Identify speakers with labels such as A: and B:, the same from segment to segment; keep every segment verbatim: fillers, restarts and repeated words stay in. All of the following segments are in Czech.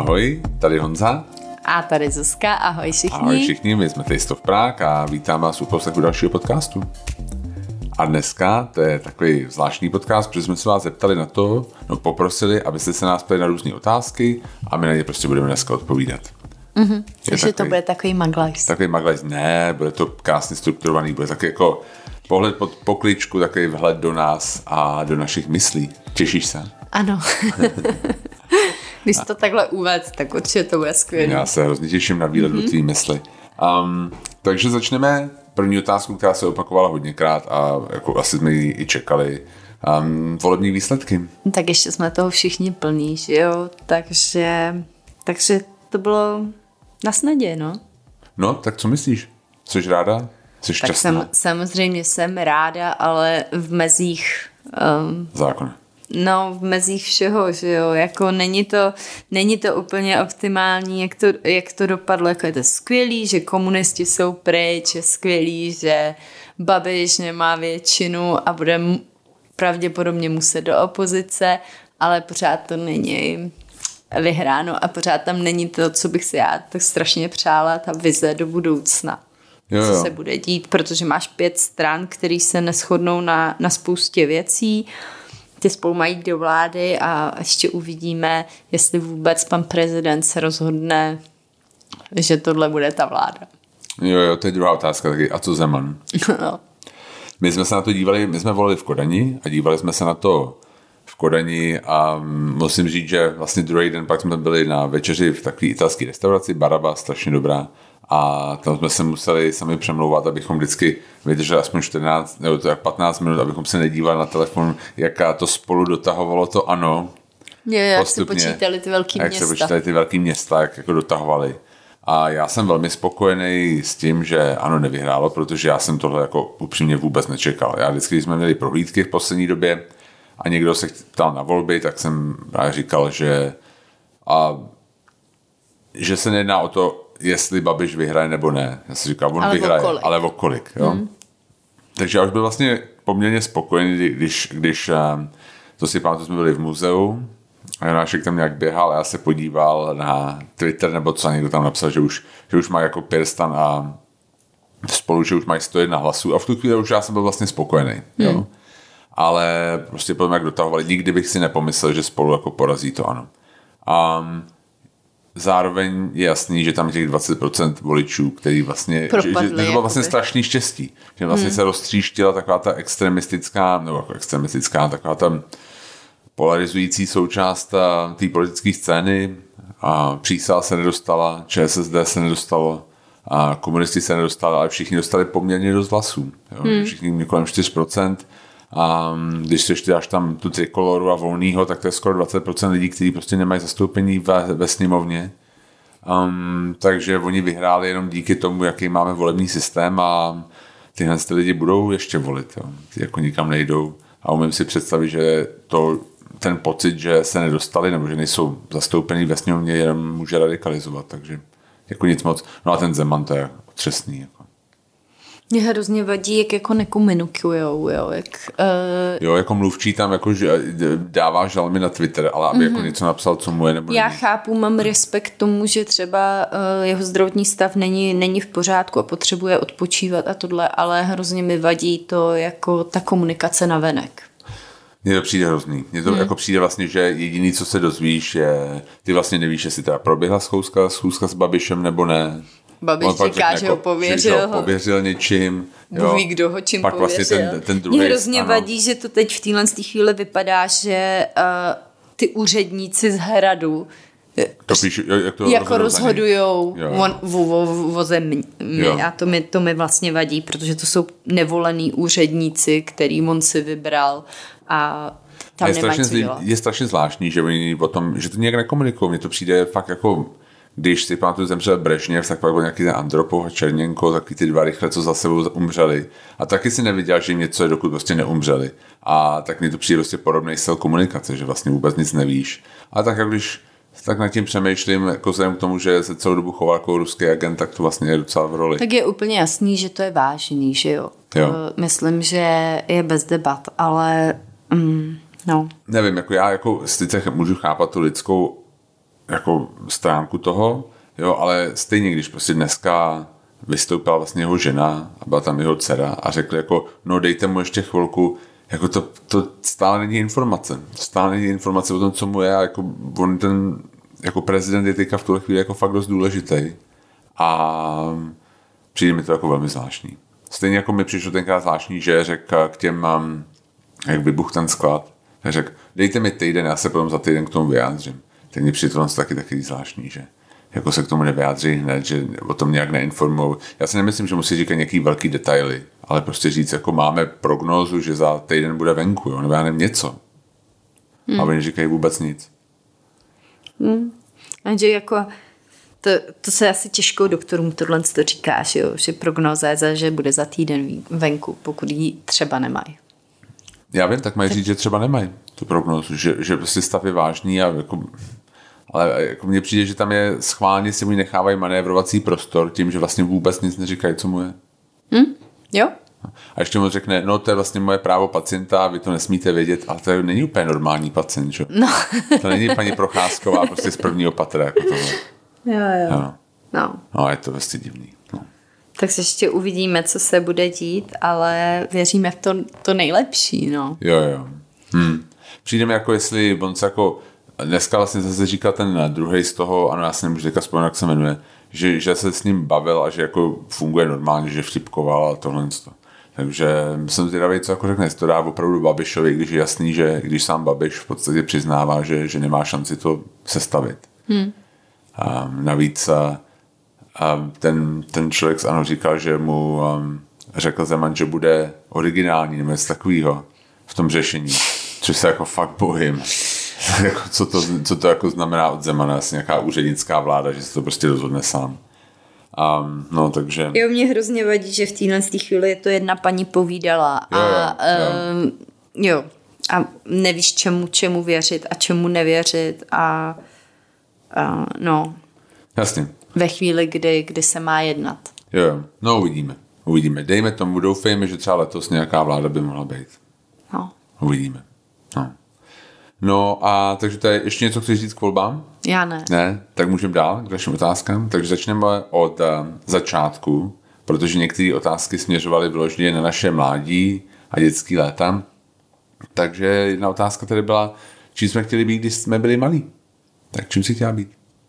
A: Ahoj, tady Honza.
B: A tady Zuzka, ahoj všichni.
A: Ahoj všichni, my jsme Taste of Prague a vítám vás u poslechu dalšího podcastu. A dneska, to je takový zvláštní podcast, protože jsme se vás zeptali na to, no poprosili, abyste se nás ptali na různé otázky a my na ně prostě budeme dneska odpovídat.
B: Mm-hmm, takže takový, to bude takový maglajs.
A: Takový maglajs, ne, bude to krásně strukturovaný, bude takový jako pohled pod pokličku, takový vhled do nás a do našich myslí. Těšíš se?
B: Ano. Když to takhle uved, tak určitě to bude skvělé.
A: Já se hrozně těším na výlet mm-hmm. do tvý mysli. Um, takže začneme první otázku, která se opakovala hodněkrát a jako asi jsme ji i čekali. Um, volební výsledky.
B: Tak ještě jsme toho všichni plní, že jo? Takže, takže to bylo na snadě, no.
A: No, tak co myslíš? Jsi ráda? Jsi šťastná?
B: Tak jsem, samozřejmě jsem ráda, ale v mezích... Um,
A: Zákona.
B: No, v mezích všeho, že jo, jako není to, není to úplně optimální, jak to, jak to dopadlo, jako je to skvělý, že komunisti jsou pryč, je skvělý, že Babiš nemá většinu a bude pravděpodobně muset do opozice, ale pořád to není vyhráno a pořád tam není to, co bych si já tak strašně přála, ta vize do budoucna. Jo, jo. Co se bude dít, protože máš pět stran, který se neshodnou na, na spoustě věcí, ty spolu mají do vlády a ještě uvidíme, jestli vůbec pan prezident se rozhodne, že tohle bude ta vláda.
A: Jo, jo, to je druhá otázka taky. A co Zeman?
B: No.
A: My jsme se na to dívali, my jsme volili v Kodani a dívali jsme se na to v Kodani a musím říct, že vlastně druhý den pak jsme byli na večeři v takové italské restauraci, Baraba, strašně dobrá. A tam jsme se museli sami přemlouvat, abychom vždycky vydrželi aspoň čtrnáct nebo to jak patnáct minut, abychom se nedívali na telefon, jaká to spolu dotahovalo to ano.
B: Jo, jak se počítali ty velký
A: jak
B: města.
A: Jak se počítali ty velký města, jak jako dotahovali. A já jsem velmi spokojený s tím, že ano, nevyhrálo, protože já jsem tohle jako upřímně vůbec nečekal. Já vždycky, když jsme měli prohlídky v poslední době a někdo se ptal na volby, tak jsem právě říkal, že, a, že se nejedná o to, jestli Babiš vyhraje nebo ne. Já si říkal, on ale vyhraje, o ale o kolik. Jo? Mm. Takže já už byl vlastně poměrně spokojený, když, když to si pamatuju, jsme byli v muzeu a Jonášek tam nějak běhal a já se podíval na Twitter nebo co, někdo tam napsal, že už, že už má jako Pirstan a spolu, že už mají sto jedna hlasů a v tu chvíli už já jsem byl vlastně spokojený. Mm. Jo? Ale prostě potom, jak dotahovali, nikdy bych si nepomyslel, že spolu jako porazí to ano. Um, Zároveň je jasný, že tam těch dvacet procent voličů, který vlastně,
B: propadli,
A: že, že to bylo vlastně strašný štěstí, že vlastně hmm. se roztříštila taková ta extremistická, nebo jako extremistická, taková ta polarizující součást té politické scény a Přísal se nedostala, ČSSD se nedostalo a komunisti se nedostali, ale všichni dostali poměrně dost hlasů. Jo? Hmm. Všichni kolem čtyři procenta. A když se ještě dáš tam tu trikoloru a Volnýho, tak to je skoro dvacet procent lidí, kteří prostě nemají zastoupení ve, ve sněmovně. Um, takže oni vyhráli jenom díky tomu, jaký máme volební systém a tyhle ty lidi budou ještě volit. Jo. Ty jako nikam nejdou a umím si představit, že to, ten pocit, že se nedostali nebo že nejsou zastoupení ve sněmovně, jenom může radikalizovat. Takže jako nic moc. No a ten Zeman, to je otřesný. Jako.
B: Mě hrozně vadí, jak jako nekomunikujou, jo, jak... Uh...
A: Jo, jako mluvčí tam jako dává žalmy na Twitter, ale aby mm-hmm. jako něco napsal, co mu je nebo
B: Já
A: není.
B: chápu, mám respekt tomu, že třeba uh, jeho zdravotní stav není, není v pořádku a potřebuje odpočívat a tohle, ale hrozně mi vadí to jako ta komunikace navenek.
A: Mně to přijde hrozný. Mně to hmm. jako přijde vlastně, že jediný, co se dozvíš, je, ty vlastně nevíš, jestli teda proběhla schůzka, schůzka s Babišem nebo ne.
B: Babiš říká, že ho pověřil.
A: Že ho pověřil něčím.
B: Bůh ví, kdo ho čím
A: pak
B: pověřil.
A: Vlastně ten, ten druhý,
B: Mě hrozně
A: ano.
B: vadí, že to teď v téhle chvíli vypadá, že uh, ty úředníci z Hradu
A: to píš, jak to
B: jako rozhodujou o, o, o, o zemi.
A: Jo.
B: A to mi, to mi vlastně vadí, protože to jsou nevolený úředníci, který on si vybral a tam
A: je
B: nemají
A: strašně,
B: co dělat.
A: Je strašně zvláštní, že oni o tom, že to nějak nekomunikují. Mně to přijde fakt jako, když si pamatuju zemřel Brežněv, tak pak byl nějaký ten Andropov a Černěnko, taky ty dva rychle, co za sebou umřeli. A taky si neviděl, že jim něco je, dokud prostě neumřeli. A tak mi to přijde prostě podobný styl komunikace, že vlastně vůbec nic nevíš. A tak jak když tak nad tím přemýšlím, jako vzhledem k tomu, že se celou dobu choval jako ruský agent, tak to vlastně je docela v roli.
B: Tak je úplně jasný, že to je vážný, že jo.
A: jo.
B: Myslím, že je bez debat, ale mm, no.
A: Nevím, jako já jako sice můžu chápat tu lidskou jako stránku toho, jo, ale stejně, když prostě dneska vystoupila vlastně jeho žena a byla tam jeho dcera a řekli jako, no dejte mu ještě chvilku, jako to, to stále není informace. Stále není informace o tom, co mu je a jako on ten jako prezident je teďka v tuhle chvíli jako fakt dost důležitý. A přijde mi to jako velmi zvláštní. Stejně jako mi přišlo tenkrát zvláštní, že řekl k těm, jak vybuch ten sklad, řekl, dejte mi týden, já se potom za týden k tomu vyjádřím. Tak mi přijde to taky taky zvláštní, že jako se k tomu nevyjádří hned, že o tom nějak neinformují. Já si nemyslím, že musí říkat nějaký velký detaily, ale prostě říct, jako máme prognózu, že za týden bude venku, jo? Nebo já nevím něco. Hmm. A oni říkají vůbec nic.
B: Hmm. A že jako to, to se asi těžko doktorům tohle to říkáš, jo? Že prognóza je, za, že bude za týden venku, pokud ji třeba nemají.
A: Já vím, tak mají říct, že třeba nemají tu prognózu, že, že prostě stav je vážný a jako... Ale jako mně přijde, že tam je schválně si mu nechávají manévrovací prostor tím, že vlastně vůbec nic neříkají, co mu je.
B: Hmm? Jo.
A: A ještě mu řekne, no to je vlastně moje právo pacienta, vy to nesmíte vědět, ale to není úplně normální pacient, že?
B: No.
A: To není paní Procházková prostě z prvního patra, jako tohle.
B: Jo, jo.
A: No.
B: No.
A: No, je to vlastně divný. No.
B: Tak se ještě uvidíme, co se bude dít, ale věříme v to, to nejlepší, no.
A: Jo, jo. Hm. Přijde mi jako, jestli on se jako dneska vlastně zase říkal ten druhý z toho, ano, já si nemůžu teďka vzpomenout, jak se jmenuje, že, že se s ním bavil a že jako funguje normálně, že vtipkoval a tohle. Takže jsem zvědavý, co jako řekne, jestli to dá opravdu Babišovi, když je jasný, že když sám Babiš v podstatě přiznává, že, že nemá šanci to sestavit. Hmm. A navíc a, a ten, ten člověk z ANO říkal, že mu um, řekl Zeman, že bude originální nebo něco takového v tom řešení, což se jako fakt bojím. Jako, co, to, co to jako znamená od Zemana, asi nějaká úřednická vláda, že se to prostě rozhodne sám. Um, no, takže...
B: Jo, mě hrozně vadí, že v téhle chvíli to jedna paní povídala a jo, jo, jo. Um, jo, a nevíš čemu, čemu věřit a čemu nevěřit a uh, no.
A: Jasně.
B: Ve chvíli, kdy, kdy se má jednat.
A: Jo, no uvidíme. Uvidíme. Dejme tomu, doufejme, že třeba letos nějaká vláda by mohla být.
B: No.
A: Uvidíme. No. No a takže to je ještě něco, chceš říct k volbám?
B: Já ne.
A: Ne? Tak můžeme dál k dalším otázkám. Takže začneme od uh, začátku, protože některé otázky směřovaly vyloženě na naše mládí a dětský léta. Takže jedna otázka tady byla, čím jsme chtěli být, když jsme byli malí. Tak čím jsi chtěla být?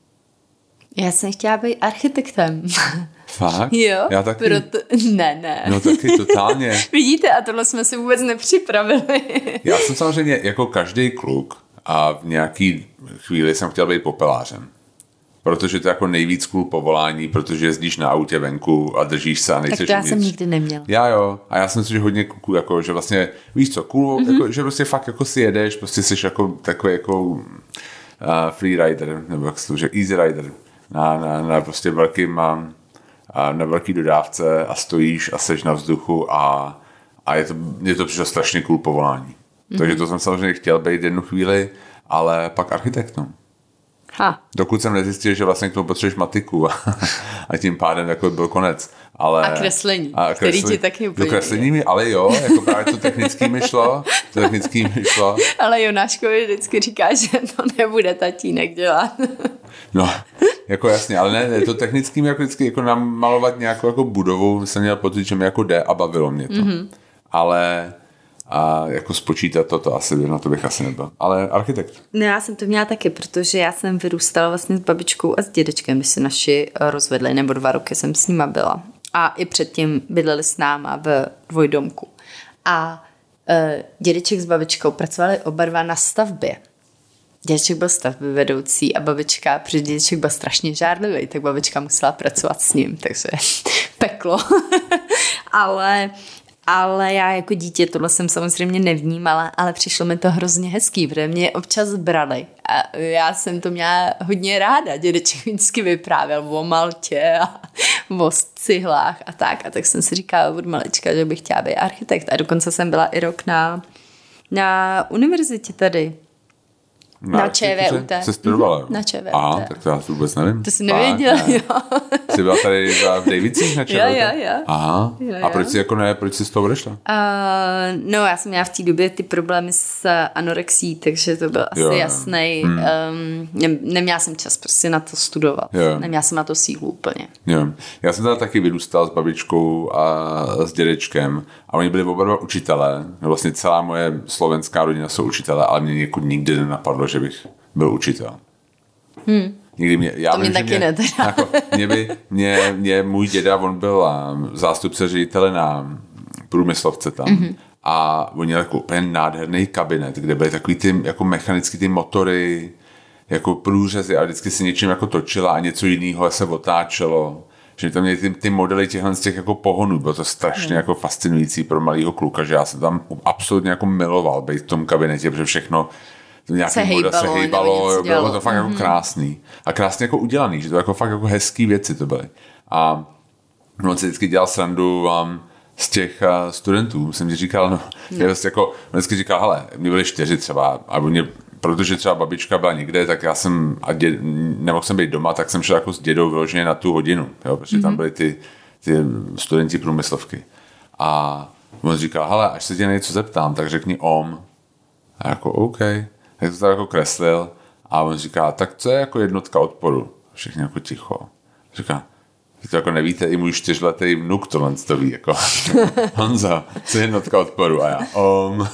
B: Já jsem chtěla být architektem.
A: Fakt?
B: Jo,
A: já taky.
B: Proto... Ne, ne.
A: No taky, totálně.
B: Vidíte, a tohle jsme si vůbec nepřipravili.
A: Já jsem samozřejmě jako každý kluk a v nějaký chvíli jsem chtěl být popelářem. Protože to je jako nejvíc cool povolání, protože jezdíš na autě venku a držíš se a nejseš
B: tak to já
A: uvnitř.
B: jsem nikdy neměla.
A: Já jo, a já jsem si, že hodně kuku, jako, že vlastně, víš co, cool, mm-hmm. jako, že prostě fakt jako si jedeš, prostě jsi jako takový jako uh, freerider, nebo jak se to říká, easy rider, na, na, na prostě velkým, uh, na velký dodávce a stojíš a seš na vzduchu a, a je to, je to přišlo strašně cool povolání. Mm-hmm. Takže to jsem samozřejmě chtěl být jednu chvíli, ale pak architekt, no.
B: Ha.
A: Dokud jsem nezjistil, že vlastně k tomu potřebuješ matiku a, a tím pádem jako byl konec. Ale,
B: a kreslení,
A: a kreslení,
B: který ti taky úplně...
A: Do kreslení mi, ale jo, jako právě to technický mi šlo, to technický mi šlo.
B: Ale Jonáškovi vždycky říká, že to nebude tatínek dělat.
A: No, jako jasně, ale ne, ne to technický mi jako vždycky jako namalovat nějakou jako budovu, jsem měl pocit, že mi jako jde a bavilo mě to. Mm-hmm. Ale... a jako spočítat to, to asi, na to bych asi nebyl. Ale architekt.
B: No já jsem to měla taky, protože já jsem vyrůstala vlastně s babičkou a s dědečkem, když se naši rozvedli, nebo dva roky jsem s nima byla. A i předtím bydleli s náma v dvojdomku. A uh, dědeček s babičkou pracovali oba dva na stavbě. Dědeček byl stavbyvedoucí a babička, protože dědeček byl strašně žárlivý, tak babička musela pracovat s ním, takže peklo. Ale... Ale já jako dítě tohle jsem samozřejmě nevnímala, ale přišlo mi to hrozně hezký, protože mě občas brali. A já jsem to měla hodně ráda. Dědeček vždycky vyprávěl o Maltě a o cihlách a tak. A tak jsem si říkala od malička, že bych chtěla být architekt. A dokonce jsem byla i rok na, na univerzitě tady. Na, na ČVUT.
A: Jsi studovala?
B: Mm-hmm. Na ČVUT.
A: Aha, tak to já to vůbec nevím.
B: To jsi nevěděla, ne. jo.
A: Jsi byla tady v Davicích na ČVUT?
B: Jo, jo, jo.
A: Aha.
B: Jo, jo.
A: A proč jsi jako ne, proč jsi z toho odešla? Uh,
B: no, já jsem měla v té době ty problémy s anorexí, takže to byl asi jo, jasný. Hmm. Um, ne, neměla jsem čas prostě na to studovat. Jo. Neměla jsem na to sílu úplně.
A: Jo. Já jsem teda taky vyrůstal s babičkou a s dědečkem a oni byli oba dva učitelé. Vlastně celá moje slovenská rodina jsou učitelé, ale mě jako nikdy nenapadlo, že bych byl učitel.
B: Hmm.
A: Nikdy mě, já
B: to mě
A: vím,
B: taky
A: mě,
B: ne teda.
A: Jako, mě, by, mě, mě můj děda, on byl zástupce ředitele na průmyslovce tam. Mm-hmm. A oni měli jako úplně nádherný kabinet, kde byly takový ty jako mechanický ty motory, jako průřezy a vždycky si něčím jako točila a něco jiného se otáčelo. Že tam měli ty, ty modely těchhle z těch jako pohonů. Bylo to strašně mm. jako fascinující pro malýho kluka, že já jsem tam absolutně jako miloval být v tom kabinetě, protože všechno
B: se hejbalo,
A: se hejbalo bylo to fakt mm. jako krásný. A krásně jako udělaný, že to jako fakt jako hezký věci to byly. A on se vždycky dělal srandu um, z těch uh, studentů. Jsem ti říkal, no, no. Já vlastně jako, on vždycky říkal, hele, mě byli čtyři třeba, a mě, protože třeba babička byla někde, tak já jsem, a dě, nemohl jsem být doma, tak jsem šel jako s dědou vyloženě na tu hodinu, jo, protože mm-hmm. tam byli ty, ty studenti průmyslovky. A on říkal, hele, až se tě něco zeptám, tak řekni om. A jako, OK. Tak to tak jako kreslil a on říká, tak co je jako jednotka odporu? Všichni jako ticho. Říká, vy to jako nevíte, i můj čtyřletý vnuk tohle to ví, jako Honzo, co je jednotka odporu? A já, om.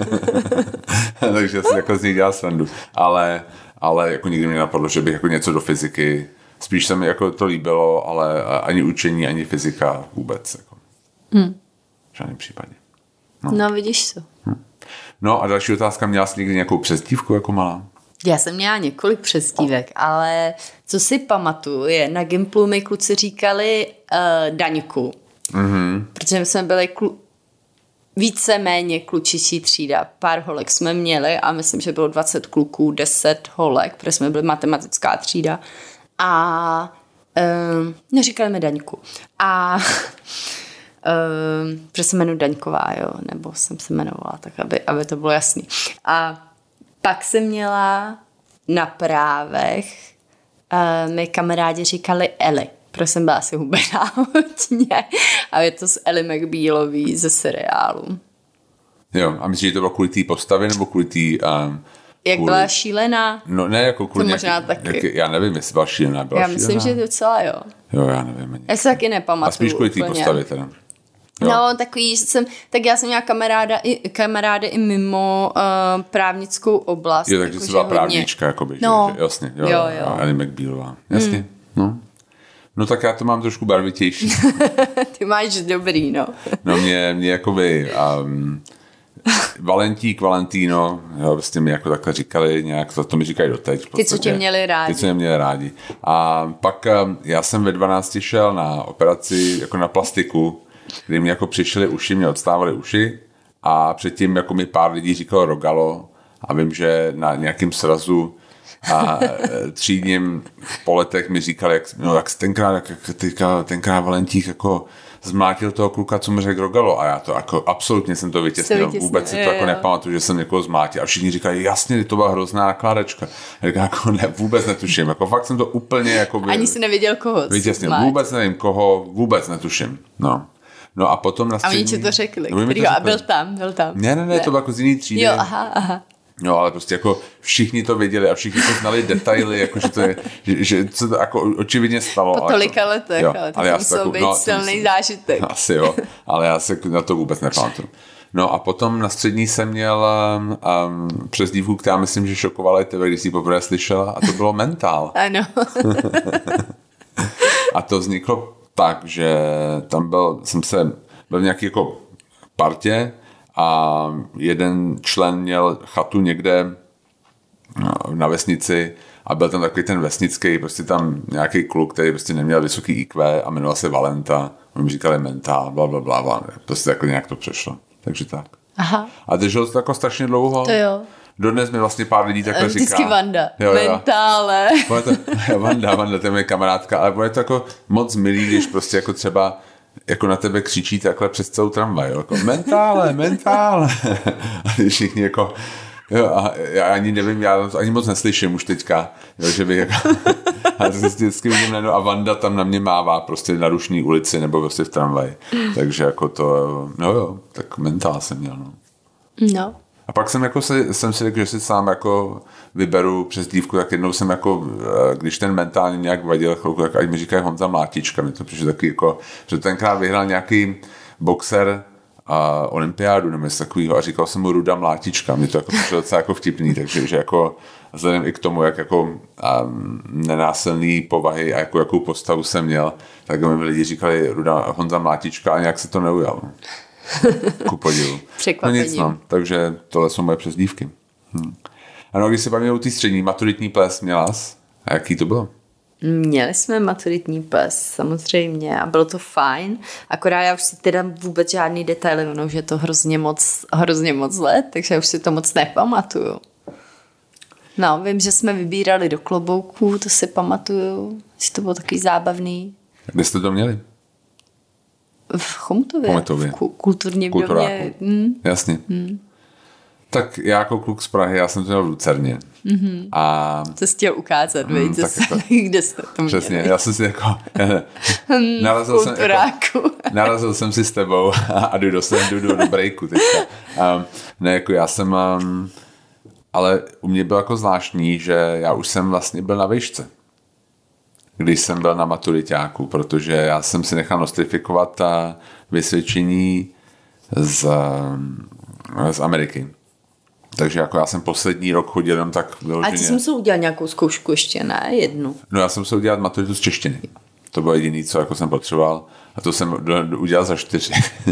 A: Takže si jako z ní dělal srandu. Ale, ale jako nikdy mi napadlo, že bych jako něco do fyziky, spíš se mi jako to líbilo, ale ani učení, ani fyzika vůbec. Jako. Hmm. V žádném případě.
B: No, no vidíš to.
A: Hm. No a další otázka, měla jsi někdy nějakou přezdívku jako malá?
B: Já jsem měla několik přezdívek, ale co si pamatuju je, na Gimplu mi kluci říkali uh, Daňku, mm-hmm. protože jsme byli klu- víceméně klučičí třída. Pár holek jsme měli a myslím, že bylo dvacet kluků, deset holek, protože jsme byli matematická třída a uh, neříkali mi Daňku. A Uh, protože se jmenuji Daňková, jo, nebo jsem se jmenovala, tak aby, aby to bylo jasný. A pak jsem měla na právech, uh, mé kamarádi říkali Eli, protože jsem byla asi hubená hodně. A je to z Eli McBealový ze seriálu.
A: Jo, a myslíš, že to bylo kvůli té postavě, nebo kvůli té... Um,
B: Jak
A: kvůli...
B: byla šílená?
A: No ne, jako kvůli...
B: To možná
A: nějaký,
B: taky.
A: Jak, já nevím, jestli byla šílená, byla
B: Já
A: šílená.
B: myslím, že docela jo.
A: Jo, já nevím. Ani.
B: Já se taky nepamatuju.
A: A spíš kvůli té postavě teda.
B: Jo. No, takový, že jsem, tak já jsem měla kamaráda i, kamarády i mimo uh, právnickou oblast.
A: Jo, takže
B: jako,
A: jsi byla
B: hodně...
A: právnička, jakoby,
B: no.
A: že, jasně. Jo,
B: jo, jo.
A: Eli McBealová, jasně, mm. no. No tak já to mám trošku barvitější.
B: Ty máš dobrý, no.
A: No mě, mě jakoby um, Valentík, Valentino, jo, vlastně mi jako takhle říkali, nějak to, to mi říkají doteď.
B: Ty, co tě měli rádi.
A: Ty, co mě měli rádi. A pak um, já jsem ve dvanácti šel na operaci jako na plastiku, kdy mi jako přišly uši, mě odstávaly uši a předtím jako mi pár lidí říkalo Rogalo a vím, že na nějakém srazu a třídním po letech mi říkali, jak, no, jak tenkrát, jak, tenkrát, tenkrát Valentík jako zmlátil toho kluka, co mi řekl Rogalo a já to jako absolutně jsem to vytěsnil. Vůbec si to jako nepamatuju, že jsem někoho zmlátil a všichni říkali, jasně, to byla hrozná nakládačka. Já říkám, jako ne, vůbec netuším. Jako fakt jsem to úplně jako...
B: Ani si nevěděl koho.
A: Vytěsnil. Vůbec nevím koho, vůbec netuším. No. No a potom na střední...
B: A oni ti to řekli, no, kterýho, a byl tam, byl tam.
A: Ne, ne, ne, ne. To bylo jako z jiný třídy.
B: Jo, aha, aha.
A: No, ale prostě jako všichni to věděli a všichni to znali detaily, jako že to je, že, že se to jako očividně stalo.
B: Po tolika
A: jako,
B: letech, jo, ale to ale musel jako, být no, silný zážitek.
A: Asi jo, ale já se na to vůbec nepamatuju. No a potom na střední jsem měl um, um, přezdívku, která myslím, že šokovala i tebe, když jsi poprvé slyšela, a to bylo Mentál.
B: Ano.
A: A to vzniklo tak, že tam byl, jsem se, byl v nějaký jako partě, a jeden člen měl chatu někde na vesnici a byl tam takový ten vesnický, prostě tam nějaký kluk, který prostě neměl vysoký í kvé a jmenoval se Valenta, oni mi říkali Mentál, bla, bla, bla, bla, prostě jako nějak to přešlo, takže tak.
B: Aha.
A: A drželo to jako strašně dlouho.
B: To jo.
A: Dodnes mi vlastně pár lidí takhle
B: Vždycky
A: říká.
B: Vždycky Vanda.
A: Jo, jo.
B: Mentále.
A: To, Vanda, Vanda, to je moje kamarádka, ale je to jako moc milý, když prostě jako třeba jako na tebe křičí takhle přes celou tramvaj, jo? Jako mentále, mentále. A všichni jako, Jo, a já ani nevím, já to ani moc neslyším už teďka, jo, že bych jako, já to si vždycky vidím najednou a Vanda tam na mě mává prostě na Rušní ulici nebo prostě v tramvaji, takže jako to, no jo, tak mentál jsem měl, no.
B: No.
A: A pak jsem, jako si, jsem si řekl, že si sám jako vyberu přes dívku, tak jednou jsem jako, když ten mentálně nějak vadil chvilku, tak ať mi říkají Honza Mlátička, mi to přišlo taky jako, že tenkrát vyhrál nějaký boxer a olympiádu nebo něco takového a říkal jsem mu Ruda Mlátička, mě to jako přišlo docela jako vtipný, takže že jako vzhledem i k tomu, jak jako um, nenásilný povahy a jako, jakou postavu jsem měl, tak mi lidi říkali Ruda Honza Mlátička a nějak se to neujalo. Ku podivu.
B: Překvapení.
A: No nic, no. Takže tohle jsou moje přezdívky. Hm. Ano, když se bavíme o té střední, maturitní ples měla jsi? A jaký to bylo?
B: Měli jsme maturitní ples, samozřejmě, a bylo to fajn, akorát já už si teda vůbec žádný detaily, ono už je to hrozně moc, hrozně moc let, takže já už si to moc nepamatuju. No, vím, že jsme vybírali do klobouků, to si pamatuju, že to bylo takový zábavný.
A: Kde jste to měli?
B: V Chomutově,
A: Chomutově.
B: v kulturním domě. Hmm.
A: Jasně. Hmm. Tak já jako kluk z Prahy, já jsem to měl v Lucerně.
B: Mm-hmm.
A: A...
B: To jsi chtěl ukázat, mm, tak jako, kde jste to měli.
A: Přesně, já jsem si jako... narazil, jsem, jako narazil jsem si s tebou a jdu do, jdu do, do breaku teďka. Um, ne, jako já jsem... Um, ale u mě bylo jako zvláštní, že já už jsem vlastně byl na výšce, když jsem byl na maturiťáku, protože já jsem si nechal nostrifikovat ta vysvědčení z, z Ameriky. Takže jako já jsem poslední rok chodil jenom tak vyloženě.
B: A ty jsi musel udělat nějakou zkoušku ještě, ne? Jednu.
A: No já jsem musel udělat maturitu z češtiny. To bylo jediné, co jako jsem potřeboval. A to jsem do, do, udělal za čtyři.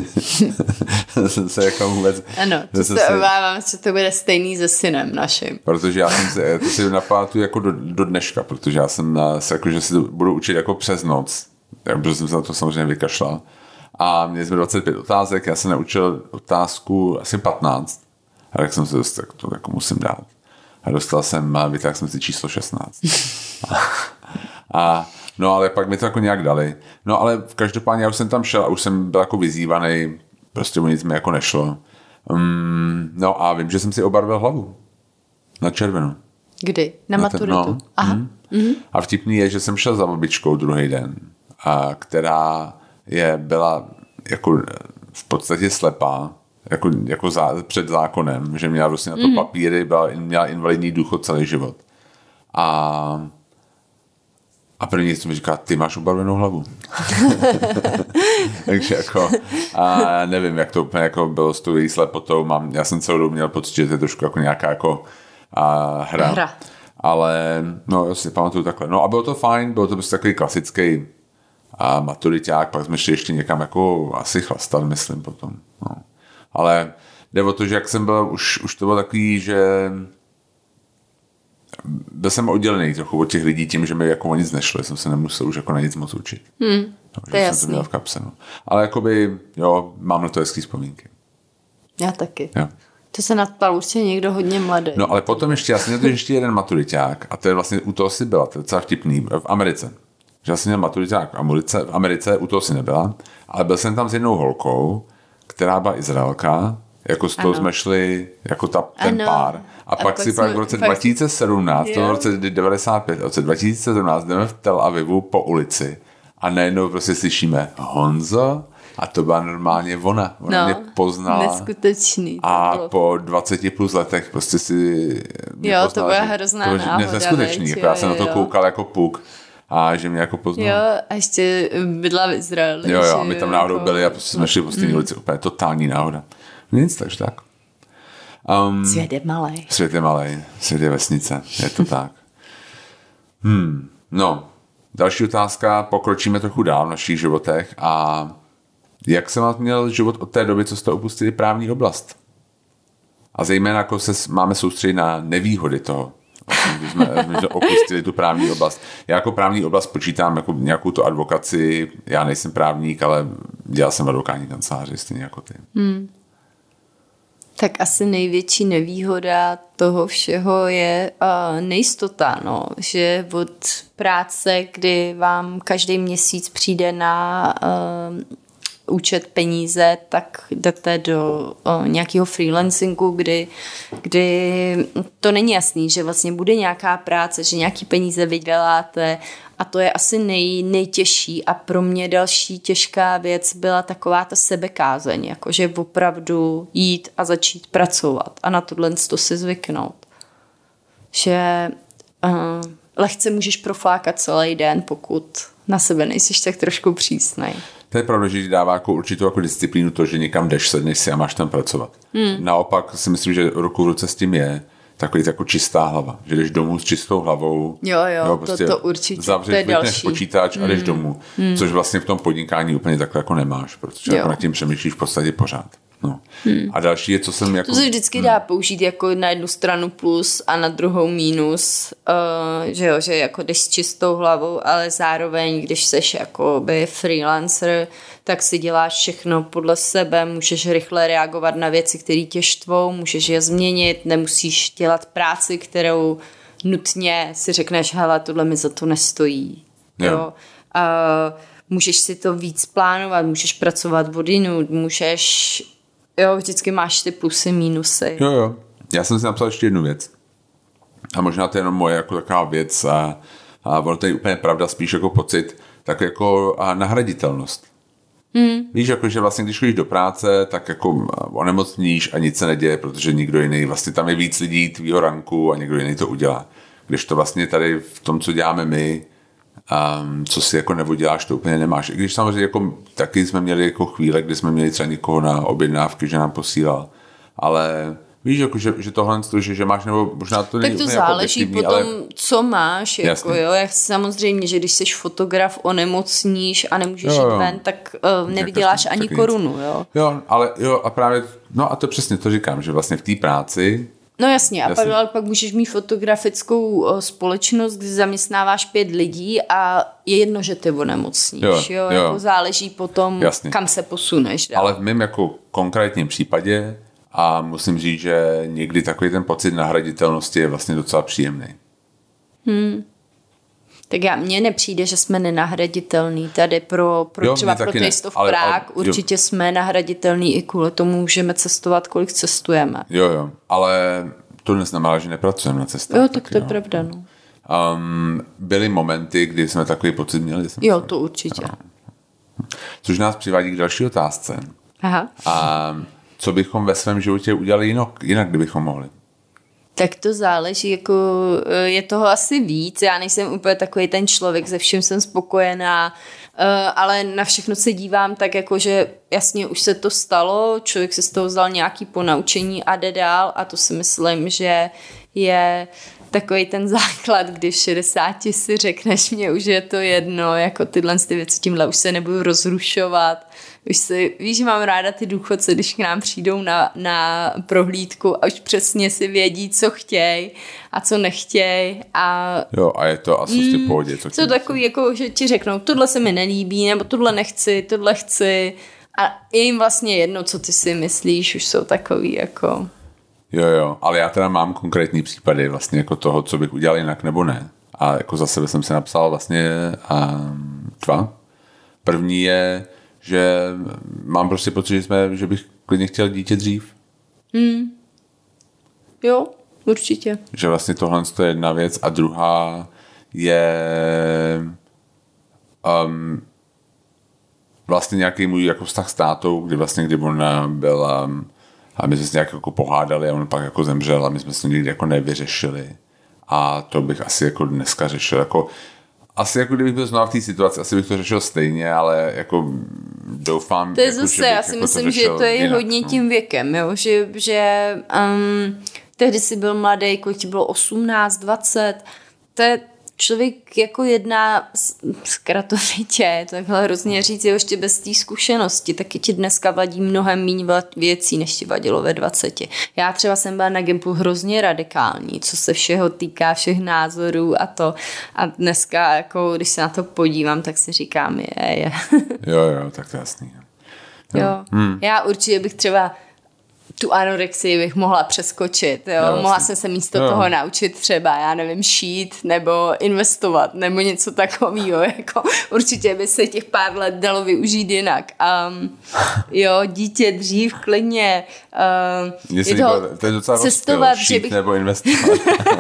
A: jsem se jako vůbec...
B: Ano, to se obávám, že to bude stejný se synem naším.
A: Protože já jsem se, to si napamatuju jako do, do dneška, protože já jsem se jako, že si to budu učit jako přes noc. Protože jsem se na to samozřejmě vykašlal. A měli jsme dvacet pět otázek, já jsem naučil otázku asi patnáct. A tak jsem se dostal, tak to jako musím dát. A dostal jsem, vytáhl jsem si číslo šestnáct. a no ale pak mi to jako nějak dali. No ale v každopádně já už jsem tam šel a už jsem byl jako vyzývaný, prostě o nic mi jako nešlo. Um, no a vím, že jsem si obarvil hlavu. Na červenou.
B: Kdy? Na, na maturitu? No. Aha. Mm. Mm-hmm.
A: A vtipný je, že jsem šel za babičkou druhý den, a která je, byla jako v podstatě slepá, jako, jako zá, před zákonem, že měla vlastně na to mm. papíry, byla, měla invalidní důchod celý život. A A první jsem mi říká, ty máš obarvenou hlavu. Takže jako, a nevím, jak to úplně jako bylo s tou její slepotou. Mám, já jsem celou dobu měl pocit, že to je trošku jako nějaká jako a, hra. hra. Ale no, já si pamatuju takhle. No a bylo to fajn, bylo to prostě takový klasický a maturiťák, pak jsme šli ještě někam jako asi chlastat, myslím potom. No. Ale jde o to, že jak jsem byl, už, už to bylo takový, že byl jsem oddělený trochu od těch lidí tím, že mi jako o nic nešlo, jsem se nemusel už jako na nic moc učit.
B: Hmm,
A: no,
B: to je
A: jsem
B: jasný.
A: to měl v kapse, no. Ale jakoby, jo, mám na to hezký vzpomínky.
B: Já taky.
A: Jo.
B: To se nadpal určitě někdo hodně mladý.
A: No ale potom ještě, já jsem měl to ještě jeden maturiťák a to je vlastně, u toho si byla, to je docela vtipný, v Americe. Že já jsem měl maturiťák v Americe, v Americe, u toho si nebyla, ale byl jsem tam s jednou holkou, která byla Izraelka, jako z toho ano. jsme šli jako ta, ten ano. pár. A, a pak, pak si pak v roce dva tisíce sedmnáct, to v roce devadesát pět, v roce dva tisíce sedmnáct jdeme v Tel Avivu po ulici a najednou prostě slyšíme Honzo a to byla normálně ona. Ona
B: no,
A: mě poznala.
B: Neskutečný.
A: A
B: bylo.
A: po dvaceti plus letech prostě si mě
B: jo,
A: poznala.
B: to byla hrozná
A: to
B: náhoda.
A: Neskutečný, jako já jsem jo, na to koukal jako puk a že mě jako poznal.
B: Jo, a ještě bydla v Izraeli.
A: Jo, jo, a my tam náhodou
B: jako...
A: byli a prostě jsme šli po stejné mm. ulici, úplně totální náhoda. Nic, takže tak. Um,
B: svět je malej.
A: Svět je malej, svět je vesnice, je to tak. Hmm, no, další otázka, pokročíme trochu dál v našich životech a jak se vám měl život od té doby, co jste opustili právní oblast? A zejména jako se máme soustředit na nevýhody toho, když jsme, jsme opustili tu právní oblast. Já jako právní oblast počítám jako nějakou tu advokaci, já nejsem právník, ale dělal jsem v advokátní kanceláři, stejně jako ty.
B: Hmm. Tak asi největší nevýhoda toho všeho je uh, nejistota, no. Že od práce, kdy vám každý měsíc přijde na uh, účet peníze, tak jdete do o, nějakého freelancingu, kdy, kdy to není jasný, že vlastně bude nějaká práce, že nějaký peníze vyděláte a to je asi nej, nejtěžší a pro mě další těžká věc byla taková ta sebekázeň, jakože opravdu jít a začít pracovat a na tohle to si zvyknout. Že uh, lehce můžeš proflákat celý den, pokud na sebe nejsiš tak trošku přísnej.
A: To je pravda, že ti dává jako určitou jako disciplínu to, že někam jdeš, sedneš si a máš tam pracovat. Hmm. Naopak si myslím, že ruku v ruce s tím je takový jako čistá hlava, že jdeš domů s čistou hlavou.
B: Jo, jo, jo prostě to, to určitě.
A: Zavřeš, vypneš počítač a jdeš hmm. domů, hmm. což vlastně v tom podnikání úplně takhle jako nemáš, protože jako nad tím přemýšlíš v podstatě pořád. No. Hmm. A další je, co jsem jako...
B: To se vždycky hmm. dá použít jako na jednu stranu plus a na druhou mínus, uh, že jo, že jako jdeš s čistou hlavou, ale zároveň, když seš jakoby freelancer, tak si děláš všechno podle sebe, můžeš rychle reagovat na věci, které tě štvou, můžeš je změnit, nemusíš dělat práci, kterou nutně si řekneš, hele, tohle mi za to nestojí. Jo. jo? Uh, můžeš si to víc plánovat, můžeš pracovat odjinud, můžeš... Jo, vždycky máš ty plusy, mínusy.
A: Jo, jo. Já jsem si napsal ještě jednu věc. A možná to je jenom moje jako taková věc a, a ono to je úplně pravda, spíš jako pocit, tak jako a nahraditelnost. Hmm. Víš, jako, že vlastně když chodíš do práce, tak jako onemocníš a nic se neděje, protože nikdo jiný, vlastně tam je víc lidí tvýho ranku a někdo jiný to udělá. Když to vlastně tady v tom, co děláme my, Um, co si jako nevoděláš, to úplně nemáš. I když samozřejmě jako, taky jsme měli jako chvíle, kdy jsme měli třeba někoho na objednávky, že nám posílal. Ale víš, jako, že, že tohle, že, že máš, nebo možná to není
B: tak to
A: úplně
B: záleží
A: jako
B: potom,
A: ale...
B: co máš. Jako, jo, jak samozřejmě, že když jsi fotograf, onemocníš a nemůžeš
A: jo, jo.
B: jít ven, tak uh, nevyděláš ani korunu. Jo?
A: jo, ale jo, a právě, no a to přesně to říkám, že vlastně v té práci
B: No jasně, a jasně. Pak, pak můžeš mít fotografickou společnost, kde zaměstnáváš pět lidí a je jedno, že ty onemocníš. Jo, jo, jo. Jako záleží potom, jasně. kam se posuneš. Dál.
A: Ale v mém jako konkrétním případě a musím říct, že někdy takový ten pocit nahraditelnosti je vlastně docela příjemný. Hmm.
B: Tak já, mně nepřijde, že jsme nenahraditelný. Tady pro, pro jo, třeba pro Taste of Prague určitě jo. jsme nahraditelný i kvůli tomu můžeme cestovat, kolik cestujeme.
A: Jo, jo, ale to neznamená, že nepracujeme na cestách.
B: Jo, tak, tak to je pravda, no.
A: Um, byly momenty, kdy jsme takový pocit měli?
B: Jo, to určitě.
A: No. Což nás přivádí k další otázce.
B: Aha.
A: A co bychom ve svém životě udělali jinak, jinak kdybychom mohli?
B: Tak to záleží, jako je toho asi víc, já nejsem úplně takový ten člověk, se vším jsem spokojená, ale na všechno se dívám tak jako, že jasně už se to stalo, člověk se z toho vzal nějaký ponaučení a jde dál a to si myslím, že je takový ten základ, kdy v šedesáti si řekneš, mě už je to jedno, jako tyhle ty věci, tímhle už se nebudu rozrušovat. Už si, víš, že mám ráda ty důchodce, když k nám přijdou na, na prohlídku a už přesně si vědí, co chtějí a co nechtějí. A,
A: jo, a je to asi v pohodě.
B: Co to takový, jako, že ti řeknou, tohle se mi nelíbí, nebo tohle nechci, tohle chci. A je jim vlastně jedno, co ty si myslíš, už jsou takový jako...
A: Jo, jo, ale já teda mám konkrétní případy vlastně jako toho, co bych udělal jinak nebo ne. A jako za sebe jsem si napsal vlastně um, dva. První je, že mám prostě pocit, že, jsme, že bych klidně chtěl dítě dřív.
B: Hmm. Jo, určitě.
A: Že vlastně tohle je jedna věc a druhá je um, vlastně nějaký můj jako vztah s tátou, kdy vlastně, kdy on byl um, a my jsme se nějak jako pohádali a on pak jako zemřel a my jsme se nikdy jako nevyřešili. A to bych asi jako dneska řešil. Jako, asi jako kdybych byl znovu v té situaci, asi bych to řešil stejně, ale jako doufám...
B: To je
A: jako,
B: zase,
A: že bych
B: já si
A: jako
B: myslím, že to je
A: jinak,
B: hodně
A: no.
B: tím věkem, jo? že, že um, tehdy jsi byl mladý, kolik ti bylo osmnáct, dvacet, to je člověk jako jedná zkratovitě, takhle hrozně říct, jo, ještě bez té zkušenosti, taky ti dneska vadí mnohem méně věcí, než ti vadilo ve dvaceti. Já třeba jsem byla na Gimplu hrozně radikální, co se všeho týká, všech názorů a to. A dneska, jako, když se na to podívám, tak si říkám, je, je.
A: Jo, jo, tak to je jasný.
B: Jo. jo. Hmm. Já určitě bych třeba tu anorexii bych mohla přeskočit, jo. jo mohla jsem se místo jo. toho naučit třeba, já nevím, šít nebo investovat nebo něco takového, jako určitě by se těch pár let dalo využít jinak. Um, jo, dítě dřív klidně um,
A: je to, to je docela
B: cestovat,
A: šít
B: že bych...
A: nebo investovat.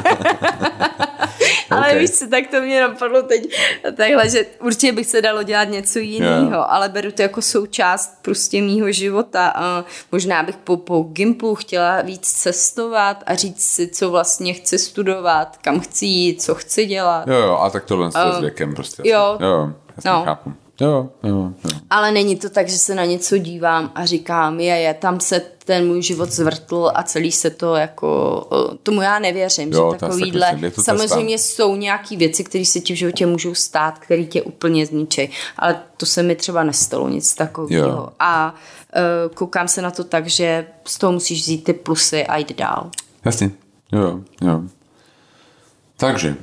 B: Ale okay. víš co, tak to mě napadlo teď takhle, že určitě bych se dalo dělat něco jiného, yeah. ale beru to jako součást prostě mýho života a možná bych po, po Gimplu chtěla víc cestovat a říct si, co vlastně chci studovat, kam chci jít, co chci dělat.
A: Jo, jo, a tak tohle uh, s věkem prostě.
B: Jo,
A: jo jasně no. chápu. Jo, jo, jo.
B: Ale není to tak, že se na něco dívám a říkám, je, je, tam se ten můj život zvrtl a celý se to jako, tomu já nevěřím, jo, že takovýhle, samozřejmě jsou nějaký věci, které se ti v životě můžou stát, které tě úplně zničí, ale to se mi třeba nestalo nic takového. A uh, koukám se na to tak, že z toho musíš vzít ty plusy a jít dál.
A: Jasně, jo, jo. Takže,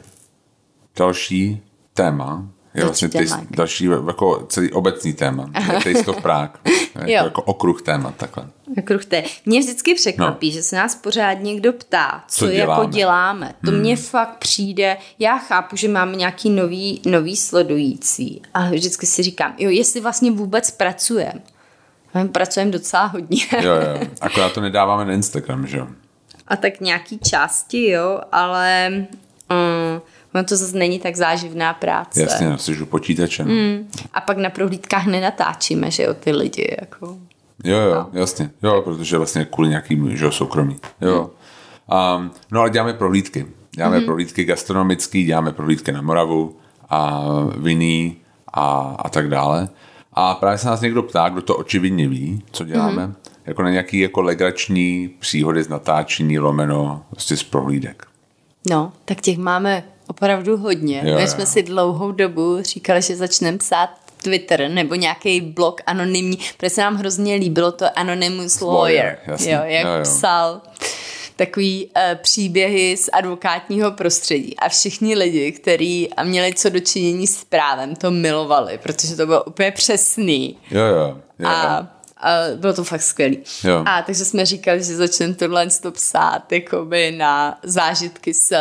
A: další téma, je vlastně tejst, další jako celý obecný téma. Taste of Prague. Jako, jako okruh témat takhle.
B: Okruh té. Mě vždycky překvapí, no. že se nás pořád někdo ptá, co, co děláme. jako děláme. To hmm. mně fakt přijde, já chápu, že máme nějaký nový, nový sledující a vždycky si říkám, jo, jestli vlastně vůbec pracujeme. Pracujeme docela hodně.
A: Jo, jo. Akorát to nedáváme na Instagram, že jo?
B: A tak nějaký části, jo, ale... Um, no to zase není tak záživná práce.
A: Jasně, no, jsi u počítače. No.
B: Mm. A pak na prohlídkách nenatáčíme, že jo, ty lidi, jako.
A: Jo, jo, no. jasně. Jo, protože vlastně kvůli nějakým, že jo, soukromí. Jo. Um, no ale děláme prohlídky. Děláme mm-hmm. prohlídky gastronomické, děláme prohlídky na Moravu a Vinný a, a tak dále. A právě se nás někdo ptá, kdo to očividně ví, co děláme, mm-hmm. jako na nějaký jako legrační příhody z natáčení lomeno prostě z prohlídek.
B: No, tak těch máme opravdu hodně. Jo, My jo. jsme si dlouhou dobu říkali, že začneme psát Twitter nebo nějaký blog anonymní, protože se nám hrozně líbilo to Anonymous Lawyer.
A: Jasně.
B: Jo, jak
A: jo, jo.
B: psal takový uh, příběhy z advokátního prostředí. A všichni lidi, kteří měli co dočinění s právem, to milovali, protože to bylo úplně přesný.
A: Jo, jo. jo.
B: A A bylo to fakt skvělý. Jo. A takže jsme říkali, že začneme tohle psát jakoby na zážitky z